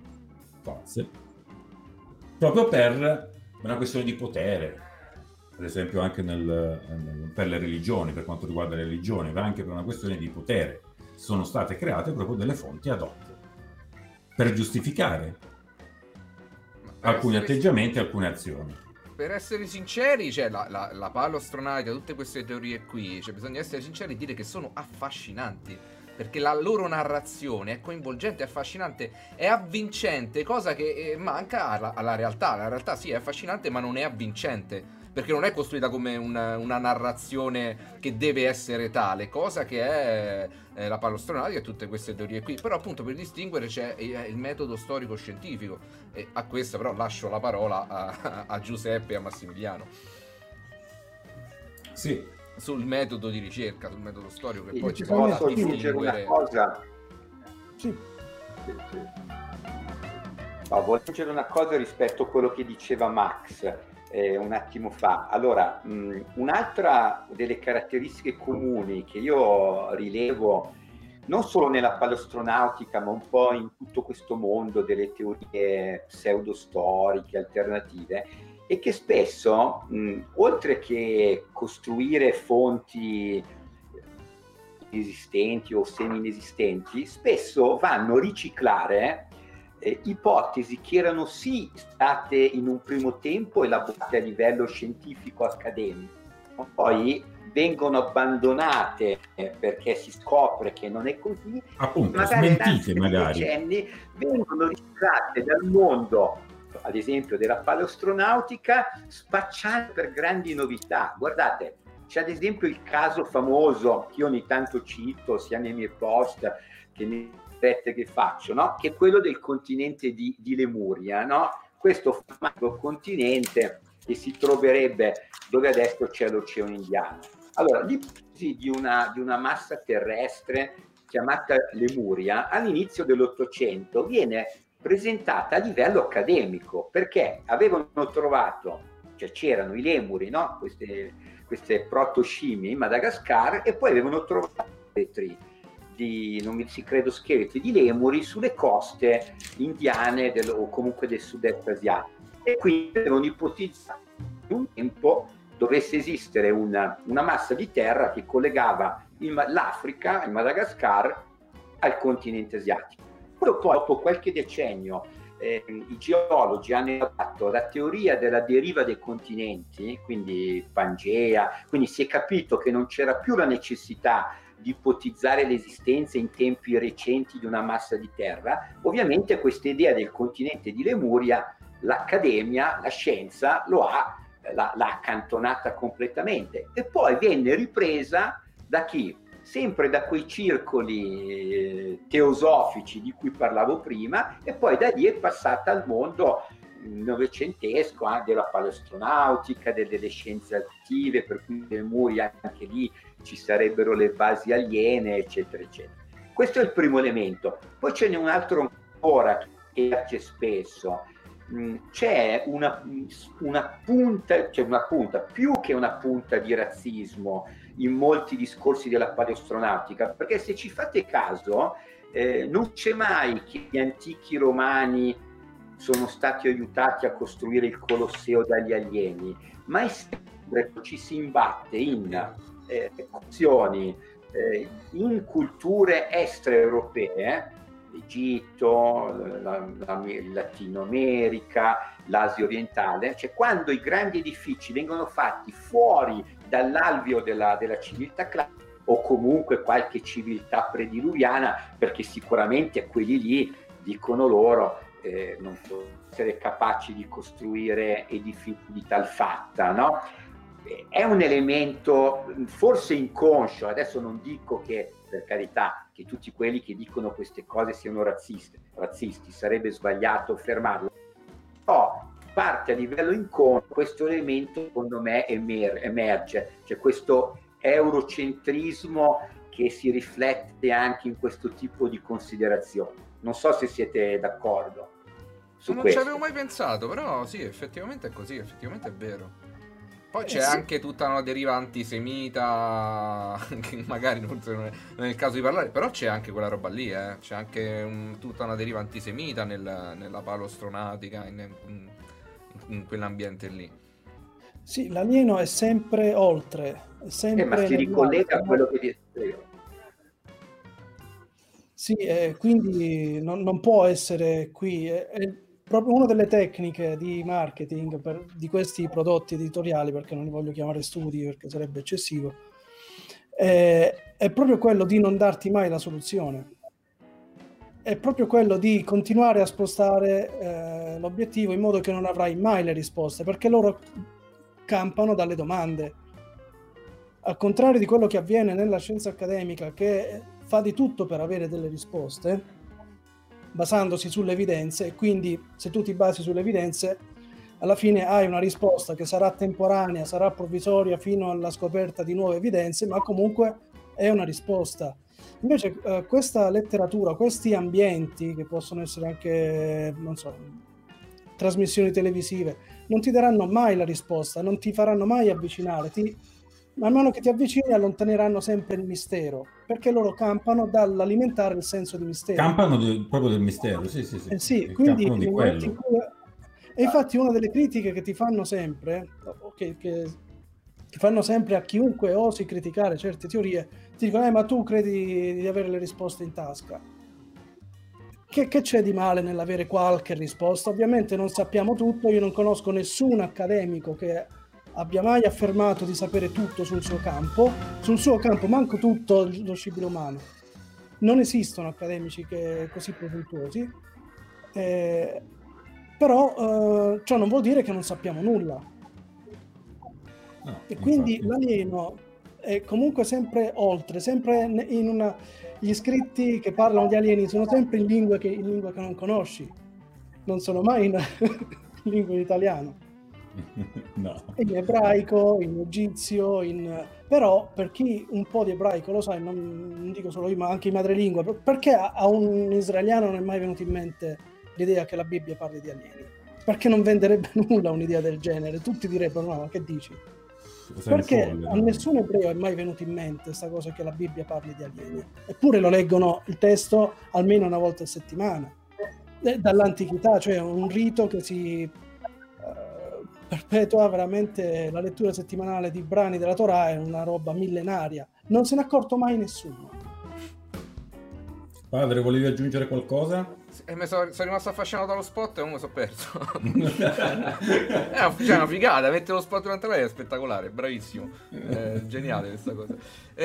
proprio per una questione di potere, ad esempio anche per le religioni, per quanto riguarda le religioni, ma anche per una questione di potere. Sono state create proprio delle fonti ad hoc per giustificare alcuni atteggiamenti, alcune azioni. Per essere sinceri, cioè la paleoastronatica, tutte queste teorie qui, cioè bisogna essere sinceri e dire che sono affascinanti, perché la loro narrazione è coinvolgente, è affascinante, è avvincente, cosa che manca alla realtà. La realtà sì è affascinante, ma non è avvincente, perché non è costruita come una narrazione che deve essere tale, cosa che è la paleoastronatica e tutte queste teorie qui. Però appunto per distinguere c'è il metodo storico-scientifico, e a questo però lascio la parola a Giuseppe e a Massimiliano. Sì. Sul metodo di ricerca, sul metodo storico, che Sì, poi ci sono da distinguere. Una cosa. Sì. Voglio aggiungere una cosa rispetto a quello che diceva Max un attimo fa. Allora, un'altra delle caratteristiche comuni che io rilevo non solo nella paleostronautica, ma un po' in tutto questo mondo delle teorie pseudostoriche alternative, è che spesso, oltre che costruire fonti esistenti o semi-inesistenti, spesso vanno a riciclare ipotesi che erano sì state in un primo tempo elaborate a livello scientifico accademico, ma poi vengono abbandonate perché si scopre che non è così, appunto, magari smentite, magari decenni vengono riciclate dal mondo, ad esempio della paleostronautica, spacciate per grandi novità. Guardate, c'è ad esempio il caso famoso che io ogni tanto cito sia nei miei post che nei dirette che faccio, no? Che è quello del continente di Lemuria, no? Questo famoso continente che si troverebbe dove adesso c'è l'Oceano Indiano. Allora, l'ipotesi di una massa terrestre chiamata Lemuria all'inizio dell'Ottocento viene presentata a livello accademico, perché avevano trovato, cioè c'erano i lemuri, no? Queste protoscimmie in Madagascar, e poi avevano trovato scheletri di lemuri sulle coste indiane o comunque del sud-est asiatico, e quindi avevano ipotizzato che un tempo dovesse esistere una massa di terra che collegava l'Africa, il Madagascar, al continente asiatico. Poi dopo qualche decennio i geologi hanno elaborato la teoria della deriva dei continenti, quindi Pangea, quindi si è capito che non c'era più la necessità di ipotizzare l'esistenza in tempi recenti di una massa di terra. Ovviamente questa idea del continente di Lemuria, l'accademia, la scienza l'ha accantonata completamente, e poi venne ripresa da chi? Sempre da quei circoli teosofici di cui parlavo prima, e poi da lì è passata al mondo novecentesco, della paleostronautica, delle scienze attive, per cui Lemuria, anche lì ci sarebbero le basi aliene, eccetera, eccetera. Questo è il primo elemento. Poi ce n'è un altro ancora che emerge spesso. C'è una punta, più che una punta di razzismo in molti discorsi della paleostronautica, perché se ci fate caso non c'è mai che gli antichi romani sono stati aiutati a costruire il Colosseo dagli alieni, ma sempre ci si imbatte in azioni in culture extraeuropee, l'Egitto, il Latino America, l'Asia orientale, cioè quando i grandi edifici vengono fatti fuori dall'alveo della civiltà classica, o comunque qualche civiltà prediluviana, perché sicuramente quelli lì, dicono loro, non possono essere capaci di costruire edifici di tal fatta, no? È un elemento forse inconscio. Adesso non dico che, per carità, che tutti quelli che dicono queste cose siano razzisti, sarebbe sbagliato fermarlo, però parte a livello inconscio questo elemento, secondo me, emerge, cioè questo eurocentrismo che si riflette anche in questo tipo di considerazioni. Non so se siete d'accordo su non questo. ci avevo mai pensato, però sì, effettivamente è così, effettivamente è vero. Poi c'è anche tutta una deriva antisemita, che magari non è il caso di parlare, però c'è anche quella roba lì, c'è anche tutta una deriva antisemita nella paleostronautica, in quell'ambiente lì. Sì, l'alieno è sempre oltre, è sempre ma si ricollega a quello che dicevo io. Sì, quindi non può essere qui. È proprio una delle tecniche di marketing di questi prodotti editoriali, perché non li voglio chiamare studi perché sarebbe eccessivo, è proprio quello di non darti mai la soluzione. È proprio quello di continuare a spostare l'obiettivo in modo che non avrai mai le risposte, perché loro campano dalle domande. Al contrario di quello che avviene nella scienza accademica, che fa di tutto per avere delle risposte, basandosi sulle evidenze, e quindi se tu ti basi sulle evidenze, alla fine hai una risposta che sarà temporanea, sarà provvisoria fino alla scoperta di nuove evidenze, ma comunque è una risposta. Invece questa letteratura, questi ambienti, che possono essere anche, non so, trasmissioni televisive, non ti daranno mai la risposta, non ti faranno mai avvicinare, man mano che ti avvicini allontaneranno sempre il mistero, perché loro campano dall'alimentare il senso di mistero. Campano proprio del mistero, sì. Sì, quindi di quello. E infatti una delle critiche che ti fanno sempre, che fanno sempre a chiunque osi criticare certe teorie, ti dicono ma tu credi di avere le risposte in tasca. Che c'è di male nell'avere qualche risposta? Ovviamente non sappiamo tutto, io non conosco nessun accademico che abbia mai affermato di sapere tutto sul suo campo, manco tutto lo scibile umano. Non esistono accademici così presuntuosi, però ciò non vuol dire che non sappiamo nulla. No, e quindi l'alieno è comunque sempre oltre, sempre gli scritti che parlano di alieni sono sempre in lingua che non conosci, non sono mai in lingua in italiano. No. In ebraico, in egizio, però per chi un po' di ebraico lo sa, non dico solo io ma anche in madrelingua, perché a un israeliano non è mai venuto in mente l'idea che la Bibbia parli di alieni? Perché non venderebbe nulla un'idea del genere, tutti direbbero no, ma che dici? Perché a nessun ebreo è mai venuto in mente questa cosa che la Bibbia parli di alieni, eppure lo leggono il testo almeno una volta a settimana dall'antichità, cioè un rito che si perpetua veramente. La lettura settimanale di brani della Torah è una roba millenaria, non se n'è accorto mai nessuno. Padre, volevi aggiungere qualcosa? Sono rimasto affascinato dallo spot e non mi sono perso. È una figata, mettere lo spot durante lei è spettacolare, bravissimo. Geniale questa cosa.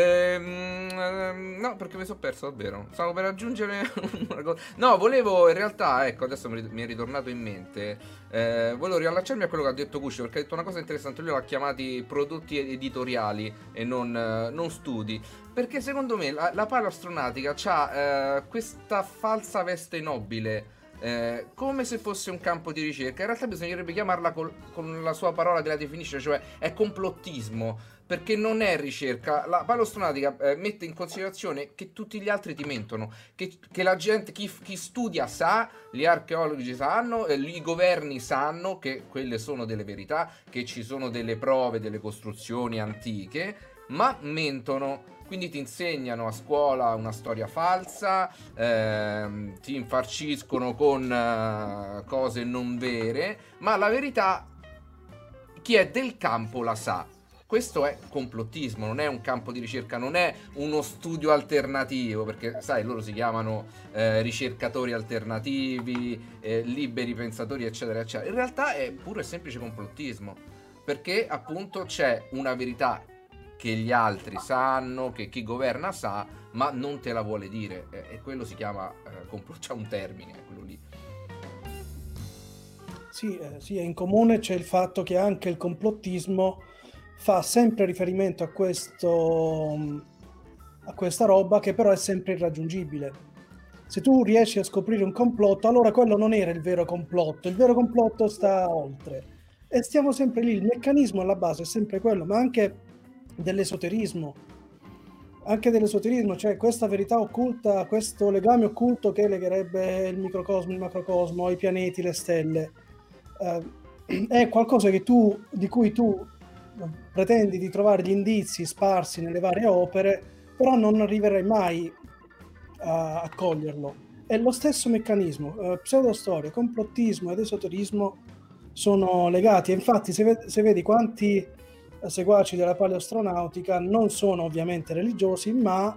No, perché mi sono perso davvero. Stavo per aggiungere una cosa. No, volevo in realtà, ecco, adesso mi è ritornato in mente. Volevo riallacciarmi a quello che ha detto Cuscio, perché ha detto una cosa interessante. Lui l'ha chiamati prodotti editoriali e non studi. Perché secondo me la paleoastronautica ha questa falsa veste nobile, come se fosse un campo di ricerca. In realtà bisognerebbe chiamarla con la sua parola che la definisce, cioè è complottismo, perché non è ricerca. La paleoastronautica mette in considerazione che tutti gli altri ti mentono, che la gente, chi studia sa, gli archeologi sanno, i governi sanno che quelle sono delle verità, che ci sono delle prove, delle costruzioni antiche, ma mentono. Quindi ti insegnano a scuola una storia falsa, ti infarciscono con cose non vere, ma la verità chi è del campo la sa. Questo è complottismo, non è un campo di ricerca, non è uno studio alternativo, perché sai, loro si chiamano ricercatori alternativi, liberi pensatori, eccetera, eccetera. In realtà è puro e semplice complottismo, perché appunto c'è una verità che gli altri sanno, che chi governa sa, ma non te la vuole dire, e quello si chiama c'è un termine, quello lì. Sì, in comune c'è il fatto che anche il complottismo fa sempre riferimento a questa roba che però è sempre irraggiungibile. Se tu riesci a scoprire un complotto, allora quello non era il vero complotto sta oltre. E stiamo sempre lì, il meccanismo alla base è sempre quello, ma anche dell'esoterismo, cioè questa verità occulta, questo legame occulto che legherebbe il microcosmo, il macrocosmo, i pianeti, le stelle, è qualcosa di cui tu pretendi di trovare gli indizi sparsi nelle varie opere, però non arriverai mai a coglierlo. È lo stesso meccanismo, pseudostoria, complottismo ed esoterismo sono legati, e infatti se vedi quanti seguaci della paleoastronautica non sono ovviamente religiosi, ma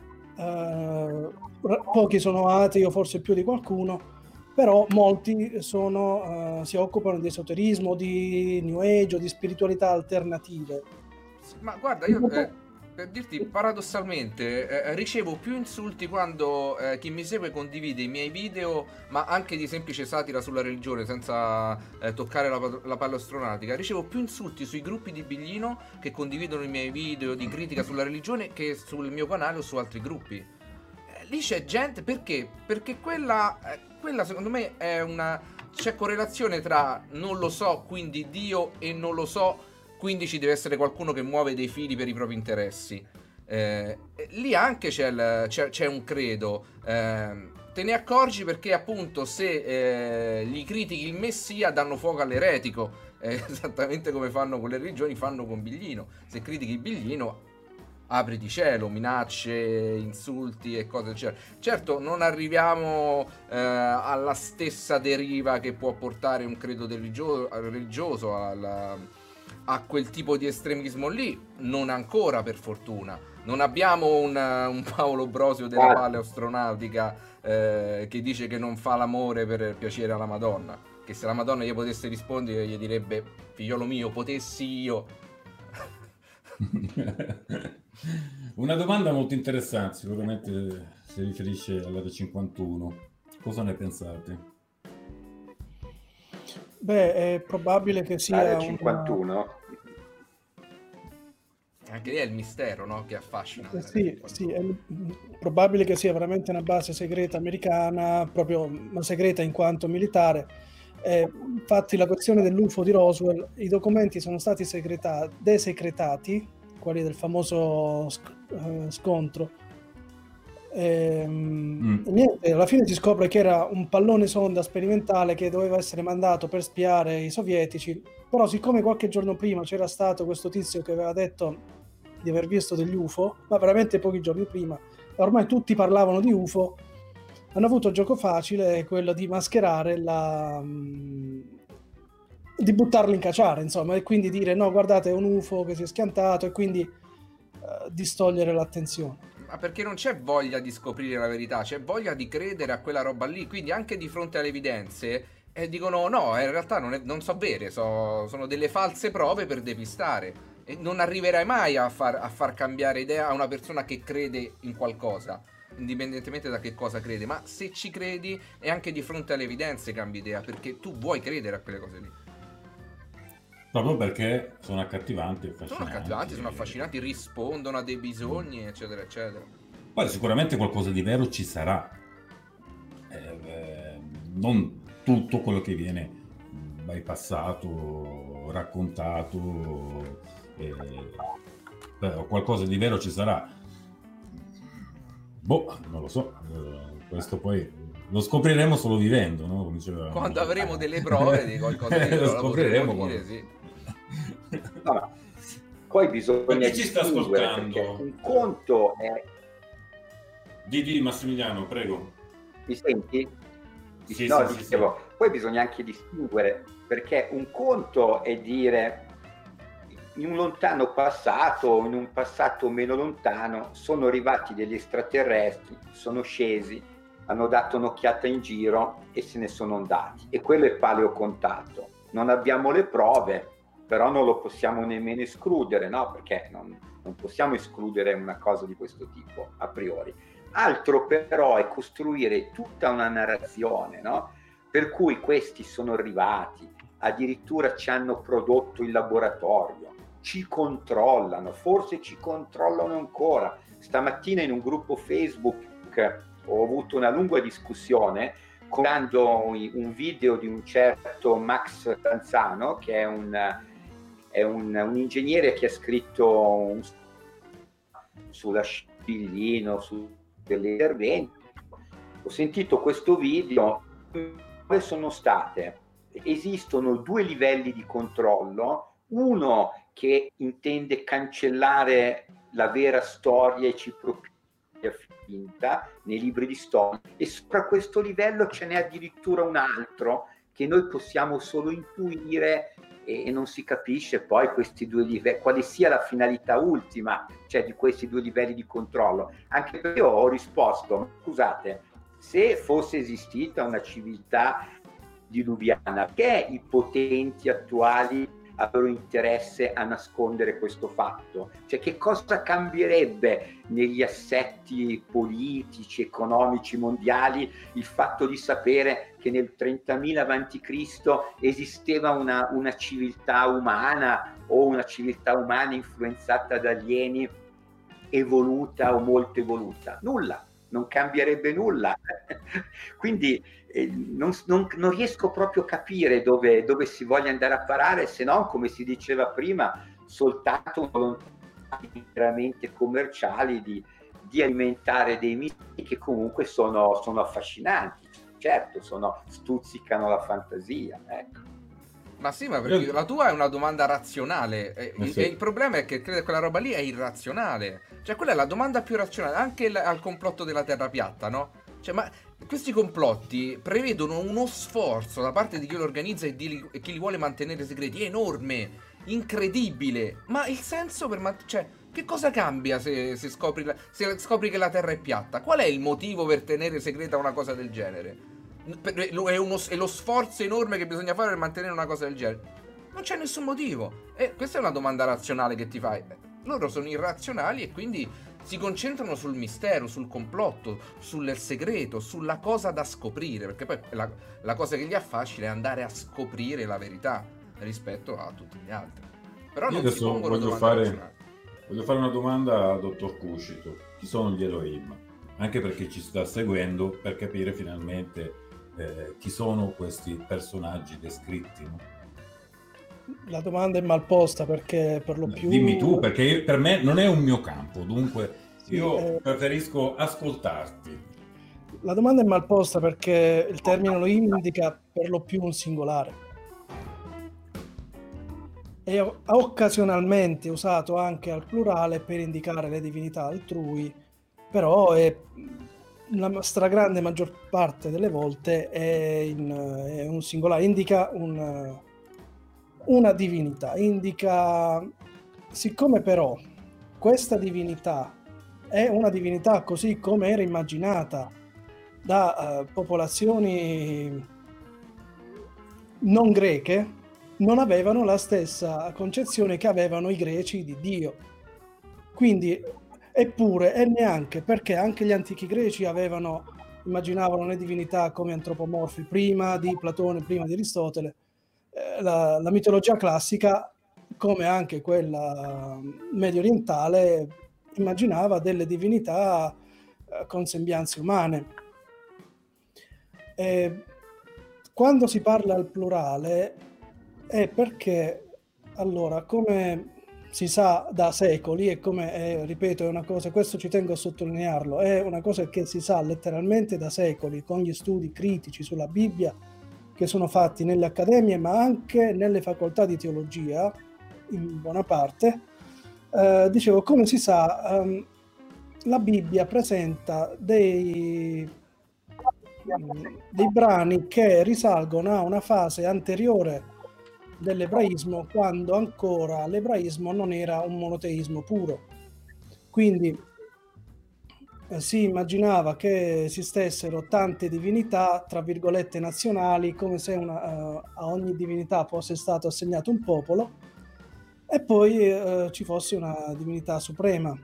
pochi sono atei, o forse più di qualcuno, però molti si occupano di esoterismo, di New Age o di spiritualità alternative. Ma guarda, io per dirti, paradossalmente ricevo più insulti quando chi mi segue condivide i miei video, ma anche di semplice satira sulla religione, senza toccare la paleoastronautica. Ricevo più insulti sui gruppi di Biglino che condividono i miei video di critica sulla religione che sul mio canale o su altri gruppi. Lì c'è gente, perché? Perché quella secondo me c'è correlazione tra non lo so, quindi Dio, e non lo so, quindi ci deve essere qualcuno che muove dei fili per i propri interessi. Lì anche c'è un credo. Te ne accorgi perché appunto se gli critichi il Messia danno fuoco all'eretico, esattamente come fanno con le religioni, fanno con Biglino. Se critichi Biglino apri di cielo, minacce, insulti e cose del genere. Certo, non arriviamo alla stessa deriva che può portare un credo religioso a quel tipo di estremismo lì, non ancora, per fortuna. Non abbiamo un Paolo Brosio della paleoastronautica che dice che non fa l'amore per piacere alla Madonna, che se la Madonna gli potesse rispondere gli direbbe: figliolo mio, potessi io. Una domanda molto interessante, sicuramente si riferisce all'Area 51. Cosa ne pensate? Beh, è probabile che sia l'Area 51. Anche lì è il mistero, no? Che affascina. Sì, è probabile che sia veramente una base segreta americana, proprio ma segreta in quanto militare. Infatti la questione dell'UFO di Roswell, i documenti sono stati desecretati, quelli del famoso scontro. E niente, alla fine si scopre che era un pallone sonda sperimentale che doveva essere mandato per spiare i sovietici, però siccome qualche giorno prima c'era stato questo tizio che aveva detto di aver visto degli UFO, ma veramente pochi giorni prima, ormai tutti parlavano di UFO, hanno avuto gioco facile, quello di mascherare di buttarli in caciara, insomma, e quindi dire no, guardate, è un UFO che si è schiantato, e quindi distogliere l'attenzione. Ma perché non c'è voglia di scoprire la verità, c'è voglia di credere a quella roba lì, quindi anche di fronte alle evidenze dicono no, in realtà non so vere, sono delle false prove per depistare. E non arriverai mai a far cambiare idea a una persona che crede in qualcosa, indipendentemente da che cosa crede, ma se ci credi e anche di fronte alle evidenze cambi idea, perché tu vuoi credere a quelle cose lì. Proprio perché sono accattivanti e affascinanti. Sono accattivanti, sono affascinanti, rispondono a dei bisogni, eccetera, eccetera. Poi sicuramente qualcosa di vero ci sarà. Non tutto quello che viene bypassato, raccontato, però qualcosa di vero ci sarà. Boh, non lo so. Questo poi lo scopriremo solo vivendo, no? Come diceva... Quando avremo delle prove di qualcosa di vero, lo scopriremo dire, quando... sì. No, poi bisogna chi ci sta ascoltando? Un conto è... Di Massimiliano, prego. Mi senti? Sì, no, sì, dicevo, sì. Poi bisogna anche distinguere, perché un conto è dire in un lontano passato, in un passato meno lontano, sono arrivati degli extraterrestri, sono scesi, hanno dato un'occhiata in giro e se ne sono andati. E quello è paleocontatto. Non abbiamo le prove, però non lo possiamo nemmeno escludere, no? Perché non possiamo escludere una cosa di questo tipo a priori. Altro però è costruire tutta una narrazione, no? Per cui questi sono arrivati, addirittura ci hanno prodotto il laboratorio, ci controllano, forse ci controllano ancora. Stamattina in un gruppo Facebook ho avuto una lunga discussione guardando un video di un certo Max Tanzano, che è un ingegnere che ha scritto sulla Scillino, su degli interventi. Ho sentito questo video dove sono state, esistono due livelli di controllo, uno che intende cancellare la vera storia e ci propone finta nei libri di storia, e sopra questo livello ce n'è addirittura un altro che noi possiamo solo intuire e non si capisce poi questi due livelli, quale sia la finalità ultima, cioè di questi due livelli di controllo. Anche perché io ho risposto, scusate, se fosse esistita una civiltà diluviana, perché i potenti attuali avevano interesse a nascondere questo fatto? Cioè, che cosa cambierebbe negli assetti politici, economici, mondiali il fatto di sapere che nel 30.000 a.C. esisteva una civiltà umana o una civiltà umana influenzata da alieni, evoluta o molto evoluta? Nulla, non cambierebbe nulla. Quindi non riesco proprio a capire dove si voglia andare a parare, se non, come si diceva prima, soltanto volontà veramente commerciali di alimentare dei miti che comunque sono affascinanti, certo, stuzzicano la fantasia, ecco. Ma sì, ma perché la tua è una domanda razionale e il problema è che credo che quella roba lì è irrazionale. Cioè, quella è la domanda più razionale, anche al complotto della Terra piatta, no? Cioè, ma questi complotti prevedono uno sforzo da parte di chi lo organizza e chi li vuole mantenere segreti enorme, incredibile. Ma il senso cioè, che cosa cambia se scopri che la Terra è piatta? Qual è il motivo per tenere segreta una cosa del genere? È lo sforzo enorme che bisogna fare per mantenere una cosa del genere. Non c'è nessun motivo. E questa è una domanda razionale che ti fai. Loro sono irrazionali e quindi si concentrano sul mistero, sul complotto, sul segreto, sulla cosa da scoprire, perché poi la cosa che gli affascina è andare a scoprire la verità rispetto a tutti gli altri. Però io non si pongono voglio fare una domanda al dottor Cuscito. Chi sono gli Elohim? Anche perché ci sta seguendo, per capire finalmente chi sono questi personaggi descritti, no? La domanda è mal posta perché per lo più... Dimmi tu, perché per me non è un mio campo, dunque io preferisco ascoltarti. La domanda è mal posta perché il termine Elohim indica per lo più un singolare. È occasionalmente usato anche al plurale per indicare le divinità altrui, però è la stragrande maggior parte delle volte è un singolare, indica una divinità, siccome però questa divinità è una divinità così come era immaginata da popolazioni non greche, non avevano la stessa concezione che avevano i greci di Dio. Quindi, eppure, e neanche perché anche gli antichi greci immaginavano le divinità come antropomorfi prima di Platone, prima di Aristotele. La mitologia classica, come anche quella medio orientale, immaginava delle divinità con sembianze umane. Quando si parla al plurale è perché, allora, come si sa da secoli, e come ripeto, è una cosa, questo ci tengo a sottolinearlo, è una cosa che si sa letteralmente da secoli, con gli studi critici sulla Bibbia che sono fatti nelle accademie, ma anche nelle facoltà di teologia, in buona parte. Dicevo, come si sa, la Bibbia presenta dei brani che risalgono a una fase anteriore dell'ebraismo, quando ancora l'ebraismo non era un monoteismo puro. Quindi si immaginava che esistessero tante divinità, tra virgolette, nazionali, come se a ogni divinità fosse stato assegnato un popolo e poi ci fosse una divinità suprema.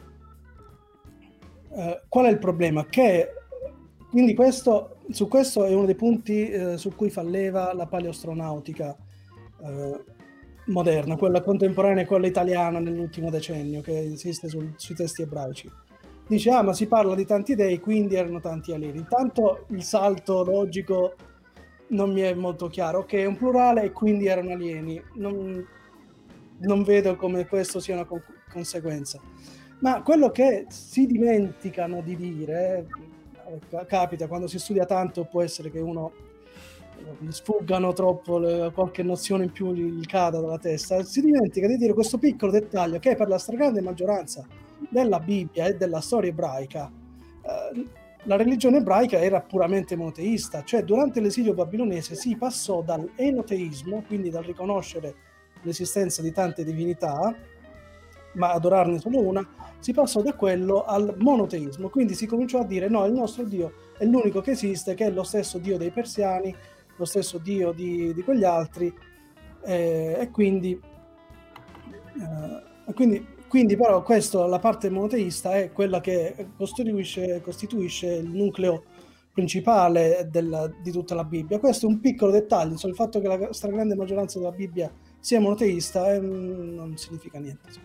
Qual è il problema? Quindi su questo è uno dei punti su cui fa leva la paleoastronautica moderna, quella contemporanea e quella italiana nell'ultimo decennio, che esiste sui testi ebraici. Dice, ma si parla di tanti dei, quindi erano tanti alieni. Intanto il salto logico non mi è molto chiaro. Ok, è un plurale e quindi erano alieni. Non vedo come questo sia una conseguenza. Ma quello che si dimenticano di dire, capita quando si studia tanto, può essere che uno gli sfuggano troppo, qualche nozione in più gli cada dalla testa, si dimentica di dire questo piccolo dettaglio che per la stragrande maggioranza della Bibbia e della storia ebraica la religione ebraica era puramente monoteista, cioè durante l'esilio babilonese si passò dall'enoteismo, quindi dal riconoscere l'esistenza di tante divinità ma adorarne solo una, si passò da quello al monoteismo, quindi si cominciò a dire no, il nostro Dio è l'unico che esiste, che è lo stesso Dio dei persiani, lo stesso Dio di quegli altri, e quindi però questo, la parte monoteista è quella che costituisce il nucleo principale di tutta la Bibbia. Questo è un piccolo dettaglio, il fatto che la stragrande maggioranza della Bibbia sia monoteista non significa niente.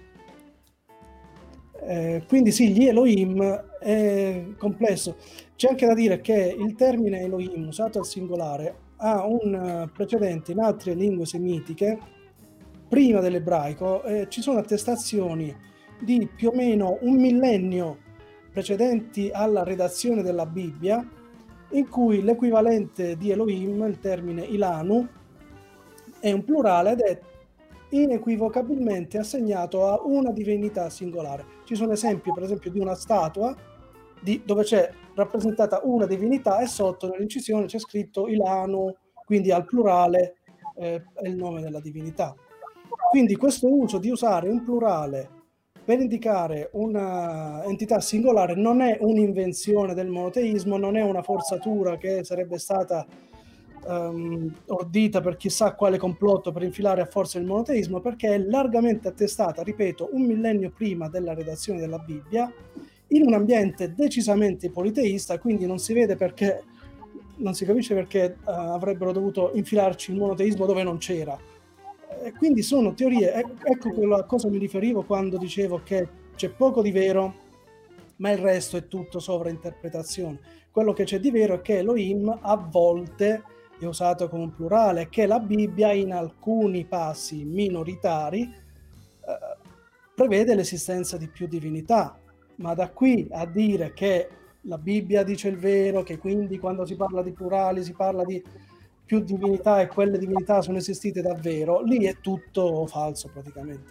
Quindi sì, gli Elohim è complesso. C'è anche da dire che il termine Elohim usato al singolare ha un precedente in altre lingue semitiche prima dell'ebraico. Ci sono attestazioni di più o meno un millennio precedenti alla redazione della Bibbia in cui l'equivalente di Elohim, il termine Ilanu, è un plurale ed è inequivocabilmente assegnato a una divinità singolare. Ci sono esempi, per esempio, di una statua dove c'è rappresentata una divinità e sotto nell'incisione c'è scritto Ilanu, quindi al plurale è il nome della divinità. Quindi questo uso di usare un plurale per indicare una entità singolare non è un'invenzione del monoteismo, non è una forzatura che sarebbe stata ordita per chissà quale complotto per infilare a forza il monoteismo, perché è largamente attestata, ripeto, un millennio prima della redazione della Bibbia, in un ambiente decisamente politeista, quindi non si capisce perché avrebbero dovuto infilarci il monoteismo dove non c'era. Quindi sono teorie, ecco a cosa mi riferivo quando dicevo che c'è poco di vero, ma il resto è tutto sovrainterpretazione. Quello che c'è di vero è che Elohim a volte è usato come un plurale, che la Bibbia in alcuni passi minoritari prevede l'esistenza di più divinità, ma da qui a dire che la Bibbia dice il vero, che quindi quando si parla di plurali si parla di più divinità e quelle divinità sono esistite davvero, lì è tutto falso praticamente.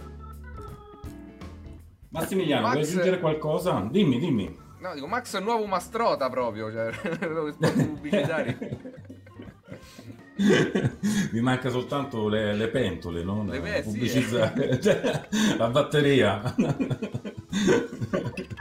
Massimiliano, vuoi aggiungere qualcosa? Dimmi. No, dico, Max è il nuovo Mastrota proprio, cioè, pubblicitari. Mi manca soltanto le pentole, no? Le pubblicizzare, cioè, la batteria.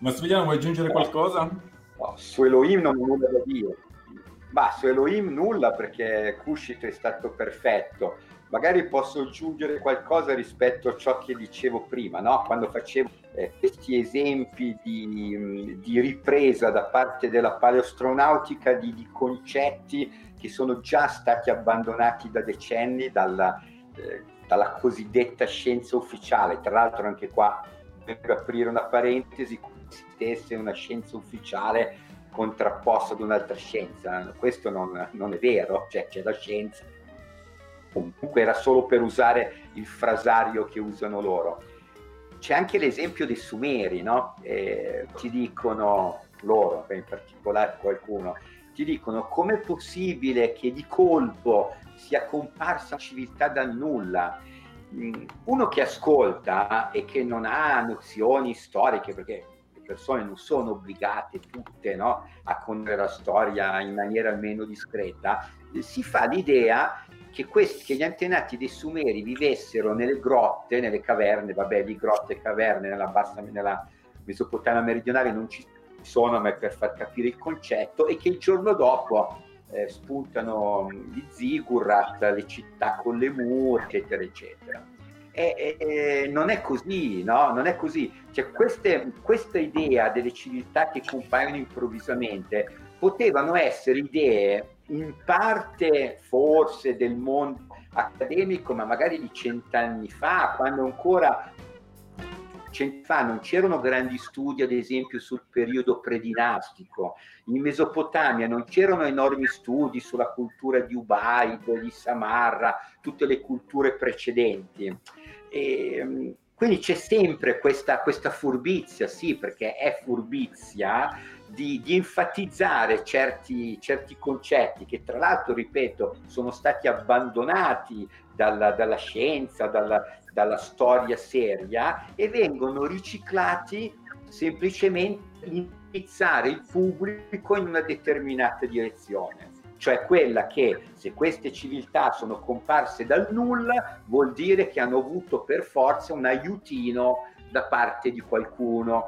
Massimiliano, vuoi aggiungere qualcosa? No, su Elohim non ho nulla da dire. Ma su Elohim nulla, perché Kushito è stato perfetto. Magari posso aggiungere qualcosa rispetto a ciò che dicevo prima, no? Quando facevo questi esempi di ripresa da parte della paleostronautica di concetti che sono già stati abbandonati da decenni dalla cosiddetta scienza ufficiale. Tra l'altro anche qua devo aprire una parentesi: esistesse una scienza ufficiale contrapposta ad un'altra scienza. Questo non è vero, cioè c'è la scienza, comunque era solo per usare il frasario che usano loro. C'è anche l'esempio dei Sumeri, no? Ti dicono loro, in particolare qualcuno, ti dicono: com'è possibile che di colpo sia comparsa una civiltà dal nulla? Uno che ascolta e che non ha nozioni storiche, perché persone non sono obbligate tutte, no, a conoscere la storia in maniera almeno discreta, si fa l'idea che gli antenati dei Sumeri vivessero nelle grotte, nelle caverne. Vabbè, lì grotte e caverne nella Mesopotamia meridionale non ci sono, ma è per far capire il concetto, e che il giorno dopo spuntano gli ziggurat, le città con le mura, eccetera eccetera. Non è così, no? Non è così. Cioè, questa idea delle civiltà che compaiono improvvisamente potevano essere idee in parte forse del mondo accademico, ma magari di 100 anni fa, quando ancora 100 anni fa non c'erano grandi studi, ad esempio, sul periodo predinastico. In Mesopotamia non c'erano enormi studi sulla cultura di Ubaid, di Samarra, tutte le culture precedenti. Quindi c'è sempre questa furbizia, sì, perché è furbizia, di enfatizzare certi concetti che, tra l'altro, ripeto, sono stati abbandonati dalla scienza, dalla storia seria, e vengono riciclati semplicemente per indirizzare il pubblico in una determinata direzione, cioè quella che, se queste civiltà sono comparse dal nulla, vuol dire che hanno avuto per forza un aiutino da parte di qualcuno.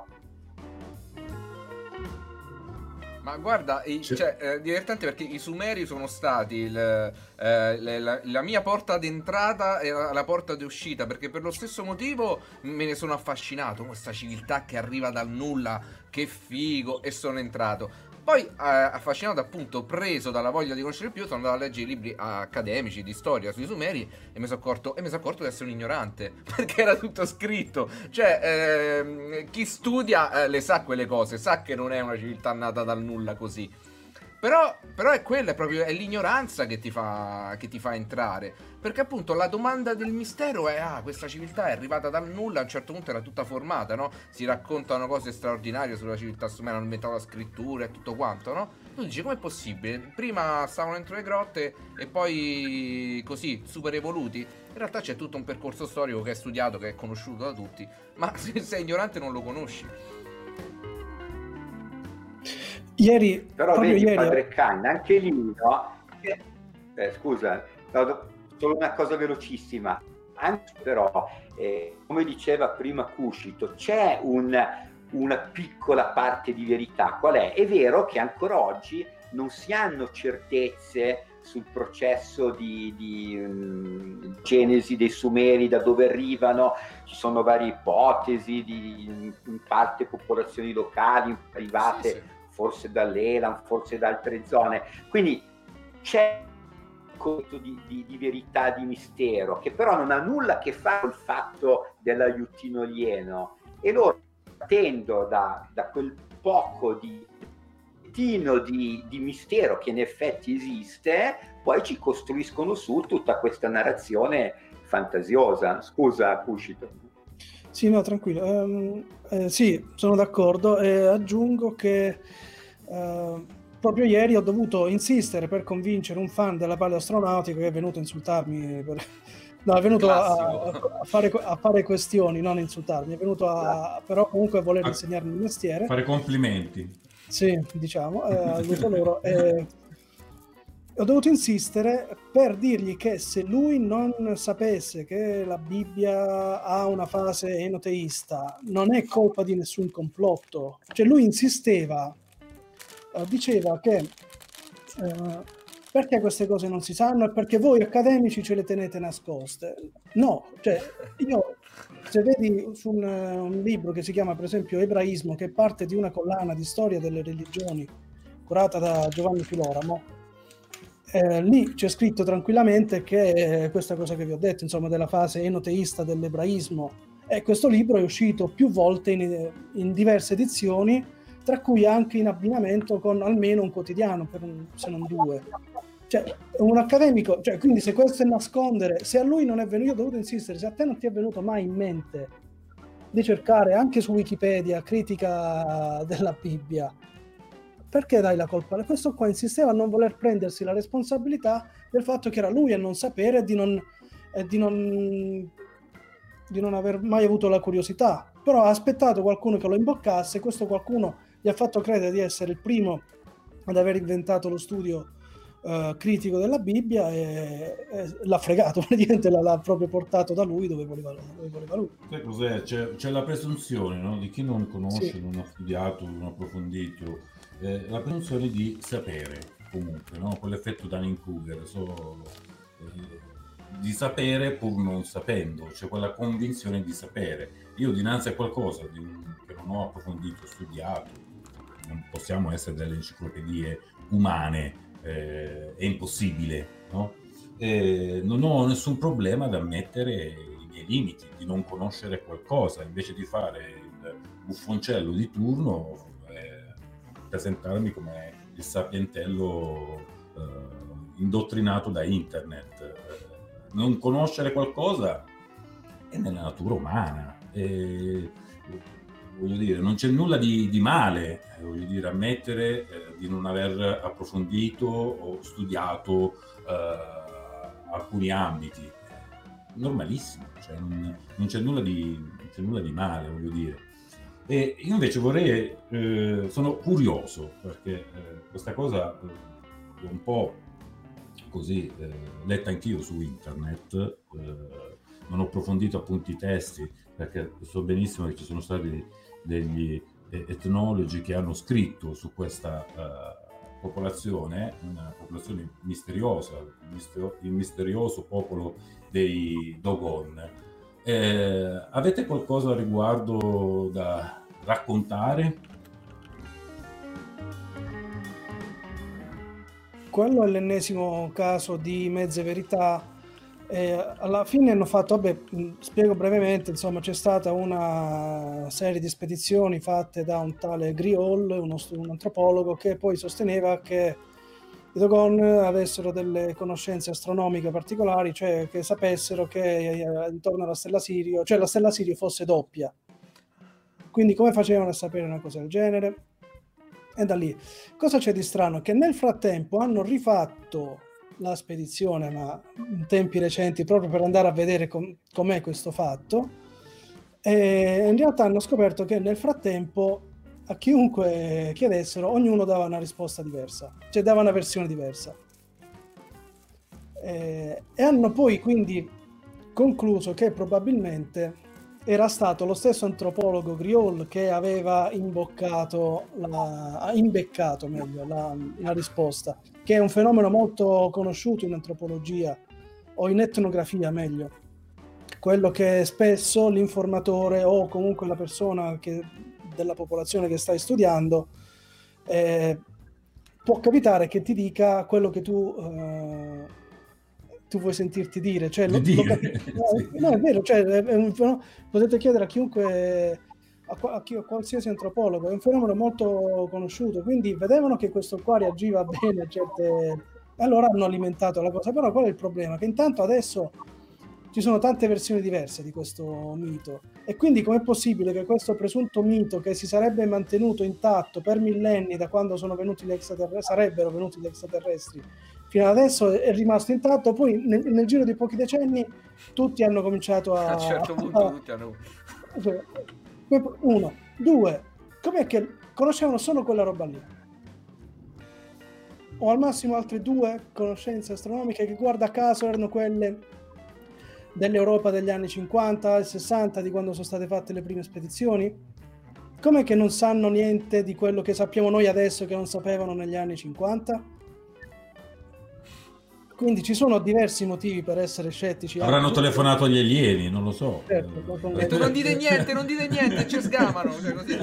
Ma guarda, divertente, perché i Sumeri sono stati la mia porta d'entrata e la porta d'uscita, perché per lo stesso motivo me ne sono affascinato. Questa civiltà che arriva dal nulla, che figo, e sono entrato. Poi, affascinato, appunto, preso dalla voglia di conoscere più, sono andato a leggere i libri accademici di storia sui Sumeri e mi sono accorto di essere un ignorante, perché era tutto scritto. Cioè, chi studia le sa quelle cose, sa che non è una civiltà nata dal nulla così. Però è quella, è l'ignoranza che ti fa entrare. Perché appunto la domanda del mistero è: questa civiltà è arrivata dal nulla, a un certo punto era tutta formata, no? Si raccontano cose straordinarie sulla civiltà sumera, hanno inventato la scrittura e tutto quanto, no? Tu dici: com'è possibile? Prima stavano dentro le grotte e poi così, super evoluti? In realtà c'è tutto un percorso storico che è studiato, che è conosciuto da tutti, ma se sei ignorante non lo conosci. Però vedi, padre Khan, anche lì, no? Scusa, solo una cosa velocissima. Anche però, come diceva prima Kushito, c'è una piccola parte di verità. Qual è? È vero che ancora oggi non si hanno certezze sul processo di genesi dei Sumeri, da dove arrivano. Ci sono varie ipotesi, in parte popolazioni locali, private, sì. Forse dall'Elam, forse da altre zone. Quindi c'è un conto di verità, di mistero, che però non ha nulla a che fare con il fatto dell'aiutino alieno. E loro, partendo da quel poco di mistero che in effetti esiste, poi ci costruiscono su tutta questa narrazione fantasiosa. Scusa, Kushito. Sì, no, tranquillo. Sì, sono d'accordo, e aggiungo che proprio ieri ho dovuto insistere per convincere un fan della paleastronautica che è venuto a insultarmi no, è venuto a fare questioni, non insultarmi, è venuto però comunque a voler insegnarmi il mestiere, fare complimenti. Sì, diciamo, aiuto loro. ho dovuto insistere per dirgli che se lui non sapesse che la Bibbia ha una fase enoteista, non è colpa di nessun complotto. Cioè lui insisteva, diceva che perché queste cose non si sanno e perché voi accademici ce le tenete nascoste. No, cioè io, se vedi su un libro che si chiama per esempio Ebraismo, che parte di una collana di storia delle religioni curata da Giovanni Filoramo, lì c'è scritto tranquillamente che questa cosa che vi ho detto, insomma, della fase enoteista dell'ebraismo, e questo libro è uscito più volte in diverse edizioni, tra cui anche in abbinamento con almeno un quotidiano, se non due. Cioè, un accademico, cioè, quindi se questo è nascondere, se a lui non è venuto, io ho dovuto insistere, se a te non ti è venuto mai in mente di cercare anche su Wikipedia critica della Bibbia, perché dai la colpa? Questo qua insisteva a non voler prendersi la responsabilità del fatto che era lui a non sapere e di non aver mai avuto la curiosità, però ha aspettato qualcuno che lo imboccasse, questo qualcuno gli ha fatto credere di essere il primo ad aver inventato lo studio critico della Bibbia e l'ha fregato, praticamente l'ha proprio portato da lui dove voleva lui. Sai cos'è? C'è la presunzione, no? Di chi non conosce, sì, non ha studiato, non ha approfondito, la presunzione di sapere comunque, no? Quell'effetto Dunning-Kruger, di sapere pur non sapendo, c'è quella convinzione di sapere. Io dinanzi a qualcosa che non ho approfondito, studiato, non possiamo essere delle enciclopedie umane, è impossibile, no? Non ho nessun problema ad ammettere i miei limiti, di non conoscere qualcosa, invece di fare il buffoncello di turno, presentarmi come il sapientello indottrinato da internet. Non conoscere qualcosa è nella natura umana, voglio dire, non c'è nulla di male, voglio dire, ammettere di non aver approfondito o studiato alcuni ambiti, normalissimo, cioè non c'è nulla di male, voglio dire. E io invece sono curioso, perché questa cosa l'ho un po' così letta anch'io su internet, non ho approfondito appunto i testi, perché so benissimo che ci sono stati degli etnologi che hanno scritto su questa popolazione, una popolazione misteriosa, il misterioso popolo dei Dogon. Avete qualcosa a riguardo da raccontare? Quello è l'ennesimo caso di mezze verità. Alla fine hanno fatto, spiego brevemente, insomma, c'è stata una serie di spedizioni fatte da un tale Griol, un antropologo, che poi sosteneva che i Dogon avessero delle conoscenze astronomiche particolari, cioè che sapessero che intorno alla stella Sirio, cioè la stella Sirio fosse doppia. Quindi come facevano a sapere una cosa del genere? E da lì, cosa c'è di strano? Che nel frattempo hanno rifatto la spedizione, ma in tempi recenti, proprio per andare a vedere com'è questo fatto, e in realtà hanno scoperto che nel frattempo a chiunque chiedessero ognuno dava una risposta diversa, cioè dava una versione diversa, e hanno poi quindi concluso che probabilmente era stato lo stesso antropologo Griol che aveva imbeccato la risposta, che è un fenomeno molto conosciuto in antropologia o in etnografia meglio, quello che spesso l'informatore o comunque la persona della popolazione che stai studiando può capitare che ti dica quello che tu vuoi sentirti dire, cioè no, è vero, cioè potete chiedere a chiunque, a qualsiasi antropologo, è un fenomeno molto conosciuto, quindi vedevano che questo qua reagiva bene a certe, allora hanno alimentato la cosa. Però qual è il problema? Che intanto adesso ci sono tante versioni diverse di questo mito, e quindi com'è possibile che questo presunto mito, che si sarebbe mantenuto intatto per millenni da quando sarebbero venuti gli extraterrestri fino ad adesso, è rimasto intatto, poi nel giro di pochi decenni tutti hanno cominciato a un certo punto tutti hanno... Cioè, uno, due, com'è che conoscevano solo quella roba lì? o al massimo altre 2 conoscenze astronomiche che guarda caso erano quelle dell'Europa degli anni 50 e 60, di quando sono state fatte le prime spedizioni? Com'è che non sanno niente di quello che sappiamo noi adesso che non sapevano negli anni 50? Quindi ci sono diversi motivi per essere scettici. Avranno telefonato agli alieni, non lo so. Certo, non dite niente, ci sgamano. Cioè, così.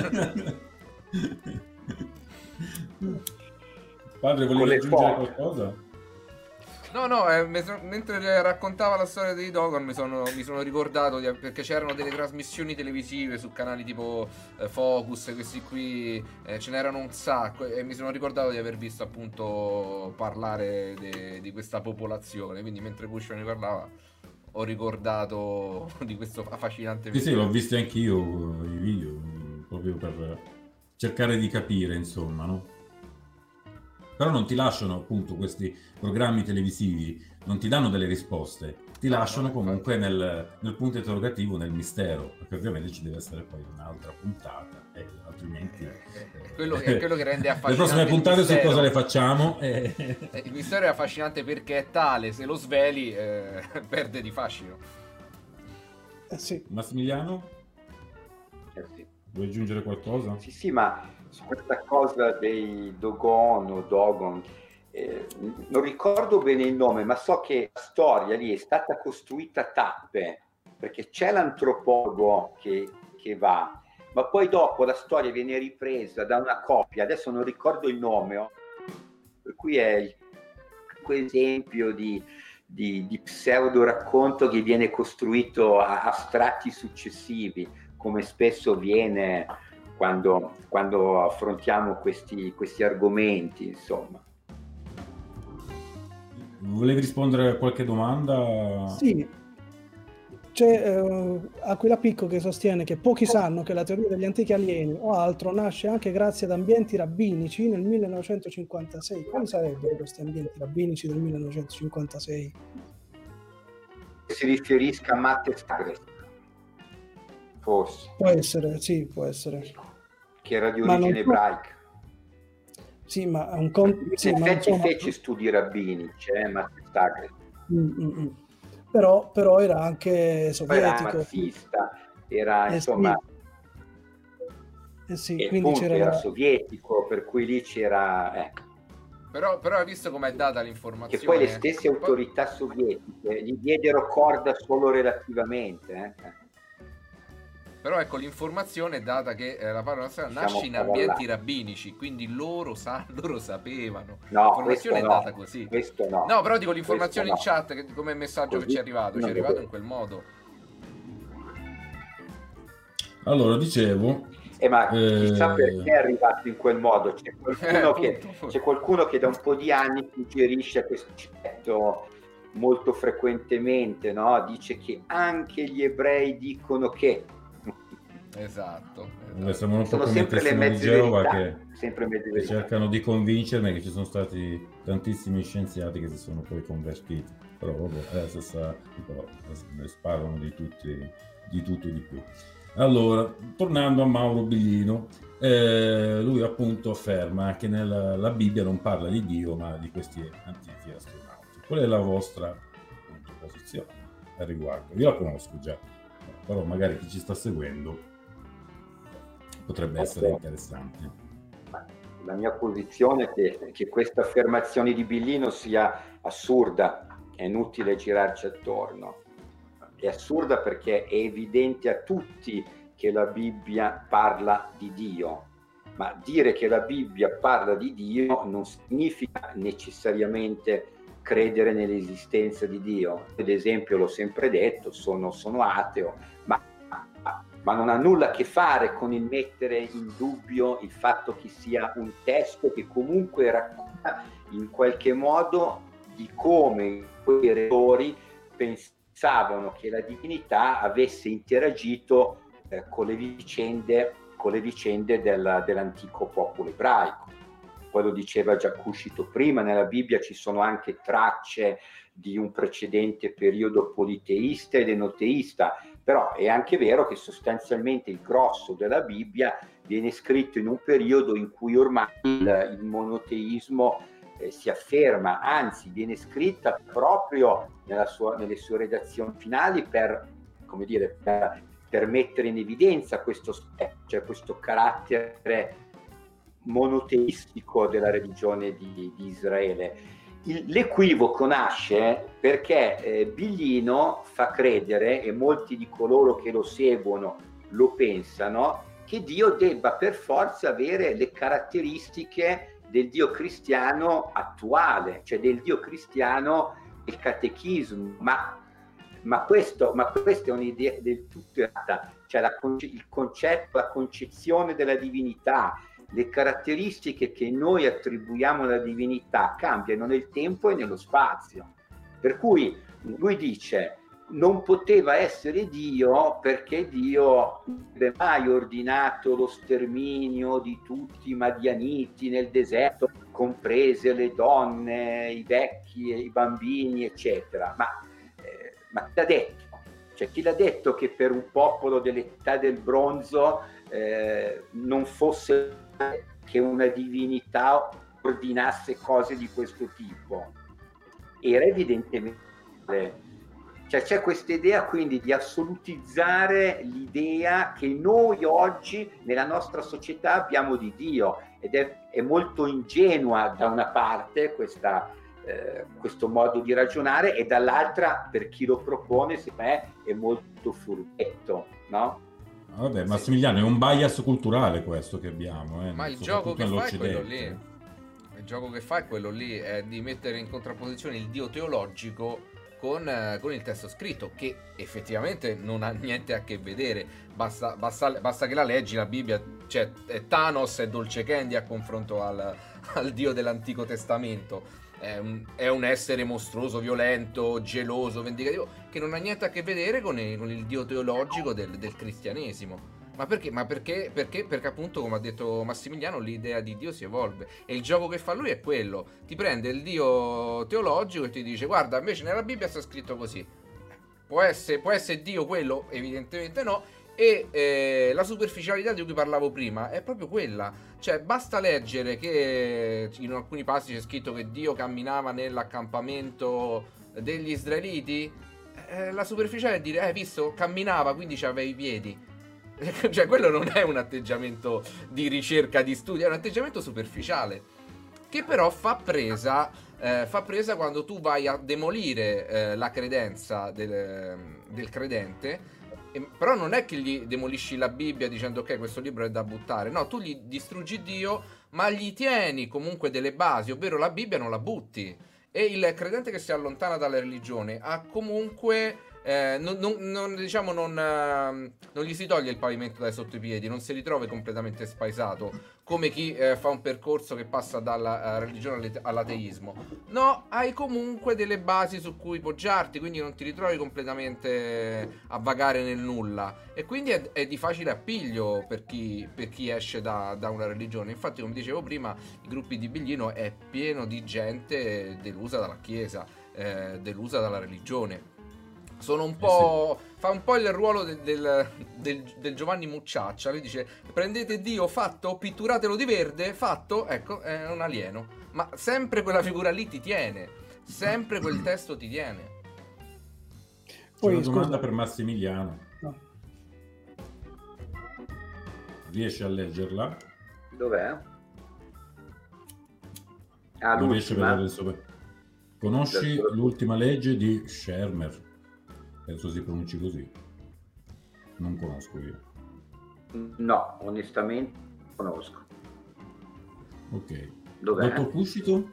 Padre, volevi aggiungere qualcosa? No, mentre raccontava la storia di Dogon mi sono ricordato perché c'erano delle trasmissioni televisive su canali tipo Focus, questi qui, ce n'erano un sacco, e mi sono ricordato di aver visto appunto parlare di questa popolazione, quindi mentre Cuscio ne parlava ho ricordato di questo affascinante video. Sì, l'ho visto anch'io i video, proprio per cercare di capire, insomma, no? Però non ti lasciano, appunto, questi programmi televisivi, non ti danno delle risposte, ti lasciano comunque nel punto interrogativo, nel mistero, perché ovviamente ci deve essere poi un'altra puntata, altrimenti... quello che rende affascinante le prossime puntate su cosa le facciamo. Il mistero è affascinante perché è tale, se lo sveli perde di fascino. Sì. Massimiliano? Sì. Vuoi aggiungere qualcosa? Sì, ma su questa cosa dei Dogon o Dogon, non ricordo bene il nome, ma so che la storia lì è stata costruita a tappe, perché c'è l'antropologo che va, ma poi dopo la storia viene ripresa da una coppia, adesso non ricordo il nome, per cui è esempio di pseudo racconto che viene costruito a strati successivi, come spesso viene quando affrontiamo questi argomenti, insomma. Volevi rispondere a qualche domanda? Sì, c'è Aquila Picco che sostiene che pochi sanno che la teoria degli antichi alieni o altro nasce anche grazie ad ambienti rabbinici nel 1956. Quali sarebbero questi ambienti rabbinici del 1956? Si riferisca a Matte Stagres, forse. Può essere, sì, può essere. Che era di origine ebraica. Sì, ma un sì, in effetti fece studi rabbinici, Matte Stagres. Però era anche sovietico. Era marxista, era insomma... Sì, e quindi appunto era sovietico, per cui lì c'era... Però hai visto com'è data l'informazione? Che poi le stesse autorità sovietiche gli diedero corda solo relativamente. Però ecco, l'informazione è data che la parola nasce in ambienti rabbinici, quindi loro sapevano. No, l'informazione è data così. Questo no. No, però dico l'informazione in chat, come messaggio così, che ci è arrivato in quel modo. Allora, dicevo... ma chissà perché è arrivato in quel modo. C'è qualcuno che da un po' di anni suggerisce questo concetto molto frequentemente, no? Dice che anche gli ebrei dicono che... Esatto. Sono sempre le mezze verità, che cercano di convincermi che ci sono stati tantissimi scienziati che si sono poi convertiti, però adesso ne sparano di tutto e di più. Allora, tornando a Mauro Biglino, lui appunto afferma che la Bibbia non parla di Dio ma di questi antichi astronauti. Qual è la vostra appunto, posizione al riguardo? Io la conosco già, però magari chi ci sta seguendo potrebbe essere interessante. La mia posizione è che questa affermazione di Biglino sia assurda, è inutile girarci attorno. È assurda perché è evidente a tutti che la Bibbia parla di Dio, ma dire che la Bibbia parla di Dio non significa necessariamente credere nell'esistenza di Dio. Ad esempio, l'ho sempre detto, sono ateo, ma non ha nulla a che fare con il mettere in dubbio il fatto che sia un testo che comunque racconta in qualche modo di come quei relatori pensavano che la divinità avesse interagito con le vicende dell'antico popolo ebraico. Poi lo diceva già Cuscito prima, nella Bibbia ci sono anche tracce di un precedente periodo politeista ed enoteista, però è anche vero che sostanzialmente il grosso della Bibbia viene scritto in un periodo in cui ormai il monoteismo si afferma, anzi viene scritta proprio nelle sue redazioni finali per, come dire, per mettere in evidenza questo aspetto, cioè questo carattere monoteistico della religione di Israele. L'equivoco nasce perché Biglino fa credere, e molti di coloro che lo seguono lo pensano, che Dio debba per forza avere le caratteristiche del Dio cristiano attuale, cioè del Dio cristiano del catechismo, ma questa è un'idea del tutto errata, cioè il concetto, la concezione della divinità, le caratteristiche che noi attribuiamo alla divinità cambiano nel tempo e nello spazio. Per cui lui dice: non poteva essere Dio perché Dio non avrebbe mai ordinato lo sterminio di tutti i madianiti nel deserto, comprese le donne, i vecchi, i bambini, eccetera. Ma chi l'ha detto? Cioè, chi l'ha detto che per un popolo dell'età del bronzo non fosse che una divinità ordinasse cose di questo tipo? Era evidentemente, cioè c'è questa idea quindi di assolutizzare l'idea che noi oggi nella nostra società abbiamo di Dio, ed è molto ingenua da una parte questo modo di ragionare, e dall'altra, per chi lo propone, secondo me è molto furbetto, no? Vabbè, Massimiliano, è un bias culturale questo che abbiamo, ma il gioco che fa è quello lì. Il gioco che fa è quello lì, è di mettere in contrapposizione il Dio teologico con il testo scritto, che effettivamente non ha niente a che vedere. Basta che la leggi la Bibbia, cioè Thanos è dolce candy a confronto al Dio dell'Antico Testamento. È un essere mostruoso, violento, geloso, vendicativo, che non ha niente a che vedere con il Dio teologico del cristianesimo. Ma perché? Perché appunto, come ha detto Massimiliano, l'idea di Dio si evolve, e il gioco che fa lui è quello: ti prende il Dio teologico e ti dice: guarda, invece nella Bibbia sta scritto così. Può essere Dio quello? Evidentemente no. E la superficialità di cui parlavo prima è proprio quella, cioè basta leggere che in alcuni passi c'è scritto che Dio camminava nell'accampamento degli israeliti, la superficialità è dire: hai visto? Camminava, quindi c'aveva i piedi. Cioè quello non è un atteggiamento di ricerca, di studio, è un atteggiamento superficiale, che però fa presa quando tu vai a demolire la credenza del credente. Però non è che gli demolisci la Bibbia dicendo ok, questo libro è da buttare. No, tu gli distruggi Dio, ma gli tieni comunque delle basi, ovvero la Bibbia non la butti. E il credente che si allontana dalla religione ha comunque non gli si toglie il pavimento dai sotto i piedi, non si ritrova completamente spaesato come chi fa un percorso che passa dalla religione all'ateismo. No, hai comunque delle basi su cui poggiarti, quindi non ti ritrovi completamente a vagare nel nulla, e quindi è di facile appiglio per chi esce da una religione. Infatti, come dicevo prima, i gruppi di Biglino è pieno di gente delusa dalla Chiesa, delusa dalla religione. Sono un po'. Fa un po' il ruolo del Giovanni Mucciaccia. Lui dice: prendete Dio fatto, pitturatelo di verde, fatto, ecco, è un alieno. Ma sempre quella figura lì ti tiene, sempre quel testo ti tiene. C'è una domanda per Massimiliano. No. Riesci a leggerla? Dov'è? Non riesci a vedere il sopra. Conosci l'ultima legge di Schermer? Penso si pronunci così. Non conosco io. No, onestamente non conosco. Ok. Dov'è? Dottor Cuscito?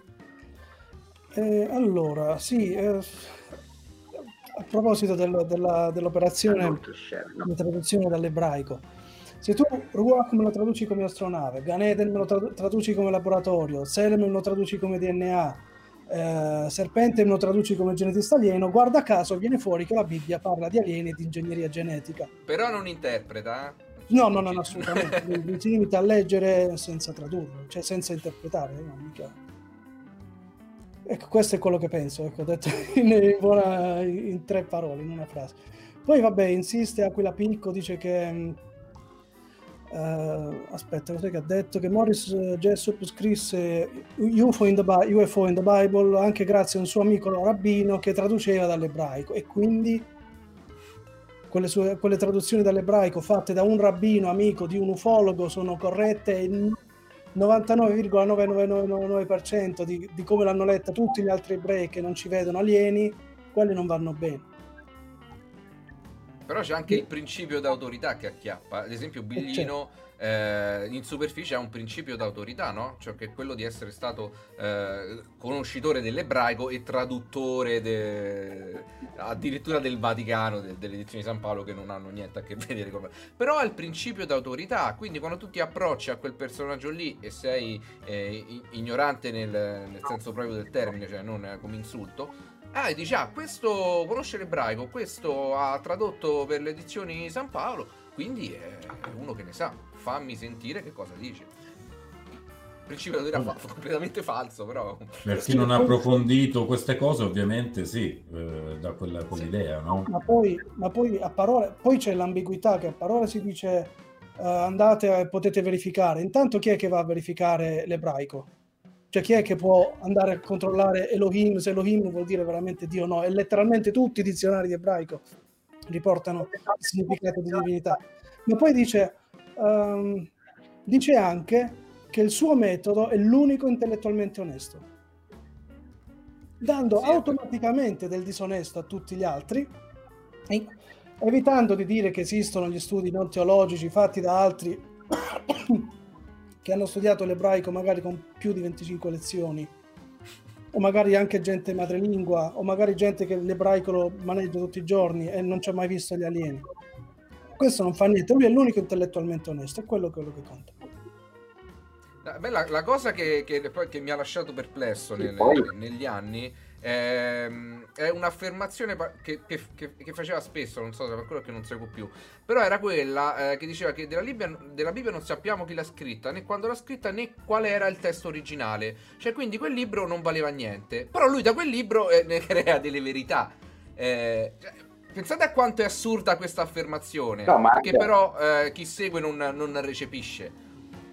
Allora, sì, a proposito dell'operazione di traduzione dall'ebraico, se tu Ruach me lo traduci come astronave, Gan Eden me lo traduci come laboratorio, Selem me lo traduci come DNA, Serpente me lo traduci come genetista alieno, guarda caso viene fuori che la Bibbia parla di alieni e di ingegneria genetica. Però non interpreta? No, assolutamente. Si limita a leggere senza tradurre, cioè senza interpretare, no, mica. Ecco, questo è quello che penso, ecco, detto in 3 parole, in una frase. Poi vabbè, insiste Aquila Picco, dice che aspetta, cos'è che ha detto? Che Morris Jessup scrisse UFO in the Bible anche grazie a un suo amico rabbino che traduceva dall'ebraico, e quindi quelle traduzioni dall'ebraico fatte da un rabbino amico di un ufologo sono corrette, e il 99,9999% di come l'hanno letta tutti gli altri ebrei che non ci vedono alieni, quelli non vanno bene. Però c'è anche il principio d'autorità che acchiappa. Ad esempio Billino in superficie ha un principio d'autorità, no? Cioè che è quello di essere stato conoscitore dell'ebraico e traduttore addirittura del Vaticano, delle edizioni di San Paolo, che non hanno niente a che vedere con... Però ha il principio d'autorità, quindi quando tu ti approcci a quel personaggio lì e sei ignorante nel senso proprio del termine, cioè non come insulto, e dici, questo conosce l'ebraico, questo ha tradotto per le edizioni San Paolo, quindi è uno che ne sa, fammi sentire che cosa dice. Il principio era completamente falso, però... Per chi non ha approfondito queste cose, ovviamente sì, da quell'idea, no? Ma poi a parole, poi c'è l'ambiguità, che a parole si dice andate e potete verificare. Intanto chi è che va a verificare l'ebraico? Cioè chi è che può andare a controllare Elohim, se Elohim vuol dire veramente Dio o no? E letteralmente tutti i dizionari di ebraico riportano il significato di divinità. Ma poi dice anche che il suo metodo è l'unico intellettualmente onesto, dando automaticamente del disonesto a tutti gli altri, evitando di dire che esistono gli studi non teologici fatti da altri che hanno studiato l'ebraico magari con più di 25 lezioni, o magari anche gente madrelingua, o magari gente che l'ebraico lo maneggia tutti i giorni e non ci ha mai visto gli alieni. Questo non fa niente, lui è l'unico intellettualmente onesto, è quello che conta. La cosa che mi ha lasciato perplesso negli anni è un'affermazione che faceva spesso, non so se per quello che non seguo più, però era quella che diceva che della Bibbia non sappiamo chi l'ha scritta, né quando l'ha scritta, né qual era il testo originale, cioè quindi quel libro non valeva niente, però lui da quel libro ne crea delle verità. Pensate a quanto è assurda questa affermazione, che però chi segue non recepisce.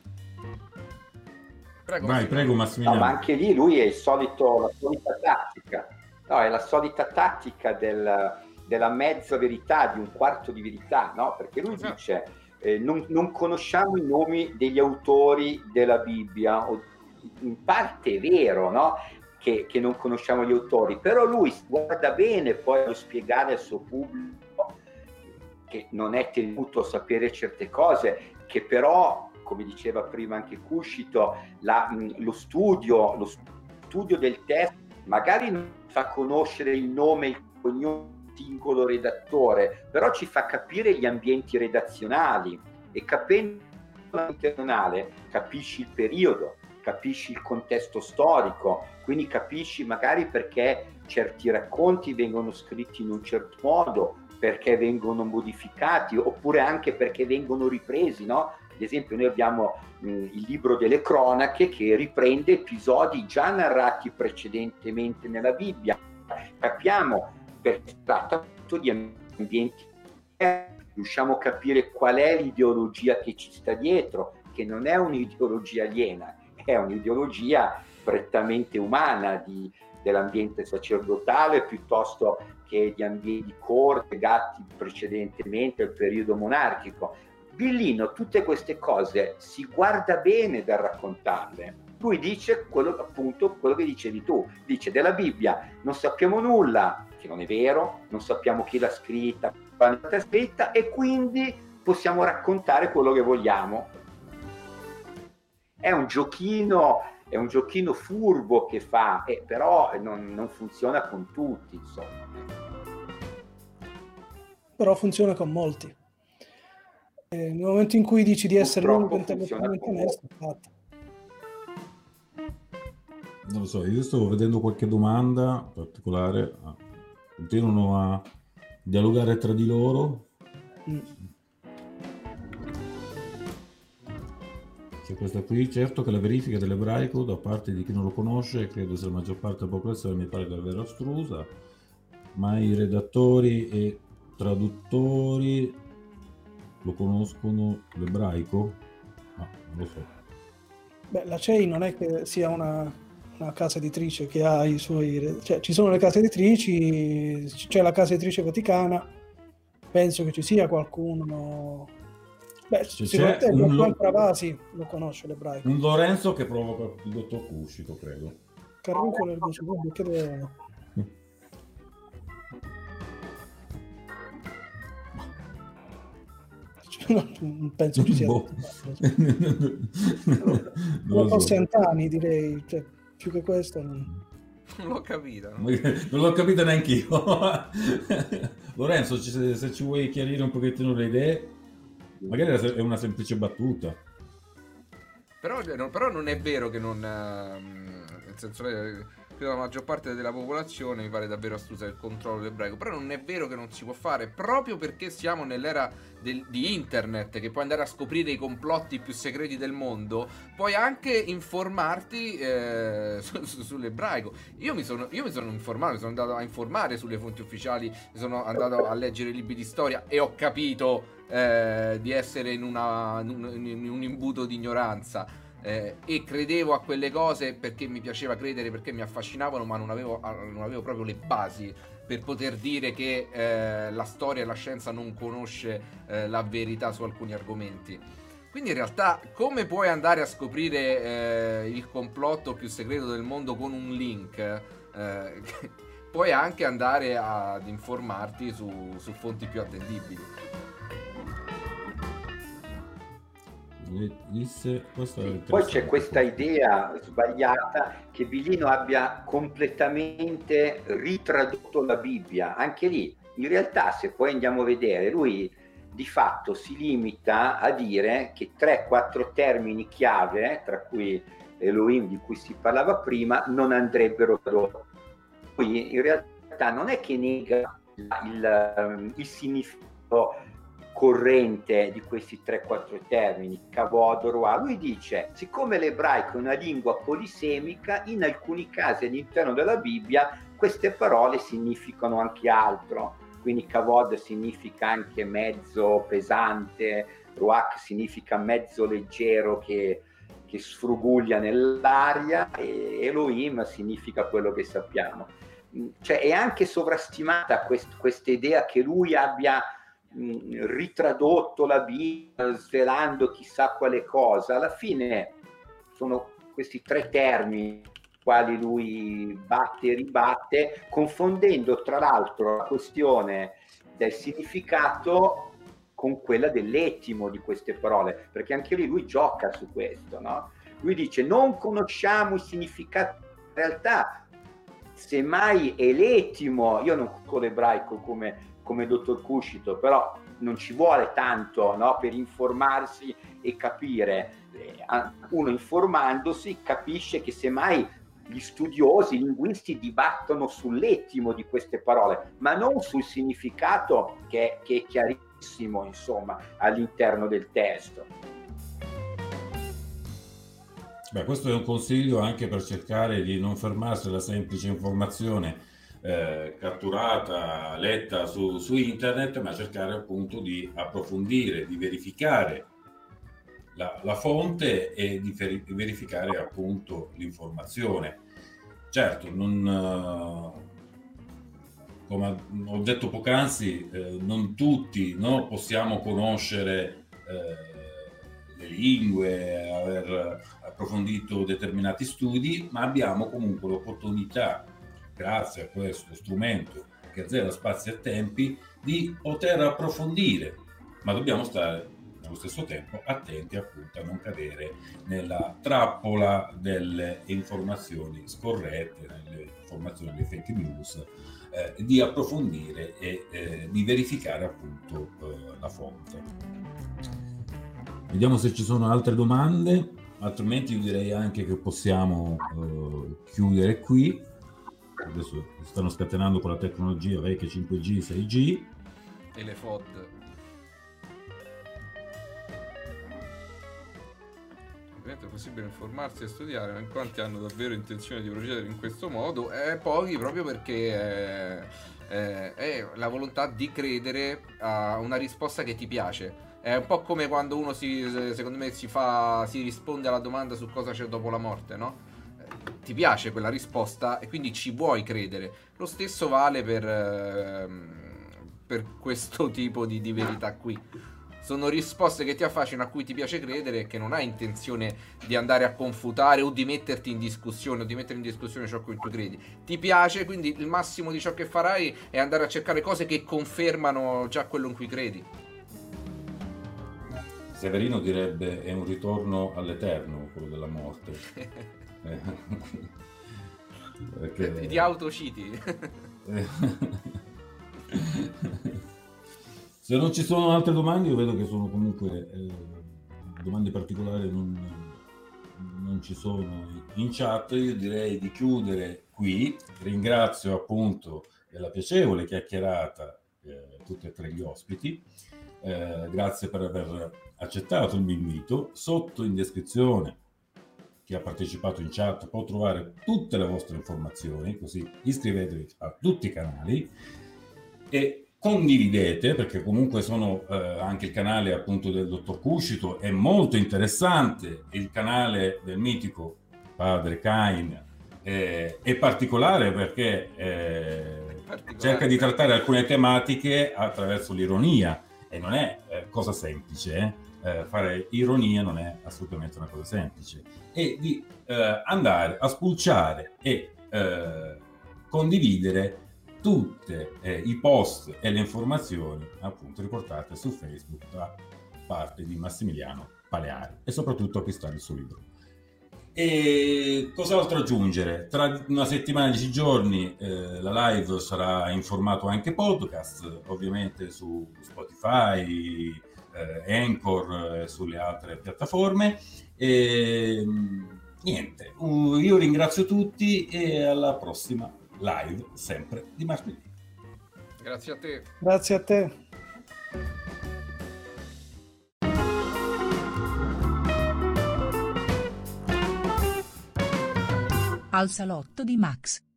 Prego Massimiliano. No, ma anche lì lui è la solita tattica. No, è la solita tattica della mezza verità, di un quarto di verità, no? Perché lui dice non conosciamo i nomi degli autori della Bibbia, in parte è vero, no? Che non conosciamo gli autori, però lui guarda bene poi a spiegare al suo pubblico che non è tenuto a sapere certe cose, che però, come diceva prima anche Cuscito, lo studio del testo magari non fa conoscere il nome e il cognome singolo redattore, però ci fa capire gli ambienti redazionali, e capendo l'ambiente redazionale capisci il periodo, capisci il contesto storico, quindi capisci magari perché certi racconti vengono scritti in un certo modo, perché vengono modificati, oppure anche perché vengono ripresi, no? Ad esempio noi abbiamo il libro delle cronache che riprende episodi già narrati precedentemente nella Bibbia. Capiamo perché si tratta di ambienti, riusciamo a capire qual è l'ideologia che ci sta dietro, che non è un'ideologia aliena, è un'ideologia prettamente umana dell'ambiente sacerdotale piuttosto che di ambienti di corte legati precedentemente al periodo monarchico. Billino tutte queste cose si guarda bene dal raccontarle. Lui dice quello che dicevi tu, dice della Bibbia non sappiamo nulla, che non è vero, non sappiamo chi l'ha scritta, quando è scritta, e quindi possiamo raccontare quello che vogliamo. È un giochino furbo che fa, però non funziona con tutti, insomma. Però funziona con molti. Nel momento in cui dici di essere l'unico intellettualmente onesto, fatto. Non lo so, io stavo vedendo qualche domanda particolare, continuano a dialogare tra di loro. C'è questa qui: certo che la verifica dell'ebraico da parte di chi non lo conosce, credo sia la maggior parte della popolazione, mi pare davvero astrusa, ma i redattori e traduttori lo conoscono l'ebraico? No, non lo so. Beh, la CEI non è che sia una casa editrice che ha i suoi... Cioè, ci sono le case editrici, c'è la casa editrice Vaticana, penso che ci sia qualcuno... Beh, sicuramente Franco Ravasi lo conosce l'ebraico. Un Lorenzo che provoca il dottor Cuscito, credo. Carrucolo nel secondo, che deve... Non penso ci sia forse Antani, direi, cioè, più che questo non l'ho capito, no? Non l'ho capito neanch'io. Lorenzo, se ci vuoi chiarire un pochettino le idee, magari è una semplice battuta, però non è vero che non nel senso, la maggior parte della popolazione mi pare davvero astrusa del controllo dell'ebraico, però non è vero che non si può fare, proprio perché siamo nell'era di internet, che puoi andare a scoprire i complotti più segreti del mondo, puoi anche informarti sull'ebraico. Io mi sono informato, mi sono andato a informare sulle fonti ufficiali, mi sono andato a leggere libri di storia e ho capito di essere in un imbuto di ignoranza. E credevo a quelle cose perché mi piaceva credere, perché mi affascinavano, ma non avevo proprio le basi per poter dire che la storia e la scienza non conosce la verità su alcuni argomenti. Quindi in realtà come puoi andare a scoprire il complotto più segreto del mondo con un link? Puoi anche andare ad informarti su fonti più attendibili. Poi c'è questa idea sbagliata che Billino abbia completamente ritradotto la Bibbia. Anche lì, in realtà, se poi andiamo a vedere, lui di fatto si limita a dire che 3-4 termini chiave, tra cui Elohim di cui si parlava prima, non andrebbero tradotti. Lui in realtà non è che nega il significato corrente di questi 3-4 termini, kavod, roa. Lui dice, siccome l'ebraico è una lingua polisemica, in alcuni casi all'interno della Bibbia queste parole significano anche altro, quindi kavod significa anche mezzo pesante, roach significa mezzo leggero che sfruguglia nell'aria, e Elohim significa quello che sappiamo. Cioè è anche sovrastimata questa idea che lui abbia ritradotto la Bibbia svelando chissà quale cosa. Alla fine sono questi 3 termini quali lui batte e ribatte, confondendo tra l'altro la questione del significato con quella dell'etimo di queste parole, perché anche lui gioca su questo, no? Lui dice non conosciamo il significato, in realtà semmai è l'etimo. Io non conosco l'ebraico come dottor Cuscito, però non ci vuole tanto, no, per informarsi e capire. Uno informandosi capisce che semmai gli studiosi, i linguisti dibattono sull'etimo di queste parole, ma non sul significato che è chiarissimo, insomma, all'interno del testo. Beh, questo è un consiglio anche per cercare di non fermarsi alla semplice informazione catturata, letta su internet, ma cercare appunto di approfondire, di verificare la fonte e di verificare appunto l'informazione. Certo, come ho detto poc'anzi, non tutti, no, possiamo conoscere le lingue, aver approfondito determinati studi, ma abbiamo comunque l'opportunità, grazie a questo strumento che azzera spazi e tempi, di poter approfondire, ma dobbiamo stare nello stesso tempo attenti appunto a non cadere nella trappola delle informazioni scorrette, nelle informazioni delle fake news, di approfondire e di verificare appunto la fonte. Vediamo se ci sono altre domande, altrimenti io direi anche che possiamo chiudere qui. Adesso stanno scatenando con la tecnologia vecchia 5G, 6G e le FOD. Ovviamente è possibile informarsi e studiare, ma in quanti hanno davvero intenzione di procedere in questo modo? Pochi, proprio perché è la volontà di credere a una risposta che ti piace. È un po' come quando uno secondo me si risponde alla domanda su cosa c'è dopo la morte, no? Ti piace quella risposta e quindi ci vuoi credere. Lo stesso vale per questo tipo di verità qui. Sono risposte che ti affascinano, a cui ti piace credere e che non hai intenzione di andare a confutare o di metterti in discussione o di mettere in discussione ciò in cui credi. Ti piace, quindi il massimo di ciò che farai è andare a cercare cose che confermano già quello in cui credi. Severino direbbe è un ritorno all'eterno quello della morte. Perché... Ti autociti. Se non ci sono altre domande, io vedo che sono comunque domande particolari non ci sono in chat. Io direi di chiudere qui. Ringrazio appunto della piacevole chiacchierata tutti e tre gli ospiti. Grazie per aver accettato il mio invito. Sotto in descrizione chi ha partecipato in chat può trovare tutte le vostre informazioni, così iscrivetevi a tutti i canali e condividete, perché comunque sono anche il canale appunto del dottor Cuscito è molto interessante, il canale del mitico padre Cain è particolare perché cerca di trattare alcune tematiche attraverso l'ironia e non è cosa semplice, fare ironia non è assolutamente una cosa semplice, e di andare a spulciare e condividere tutte i post e le informazioni appunto riportate su Facebook da parte di Massimiliano Paleari e soprattutto acquistare il suo libro. E cos'altro aggiungere? Tra una settimana, 10 giorni, la live sarà in formato anche podcast, ovviamente su Spotify, Anchor, sulle altre piattaforme. E niente, io ringrazio tutti e alla prossima live, sempre di martedì. Grazie a te. Grazie a te. Al salotto di Max.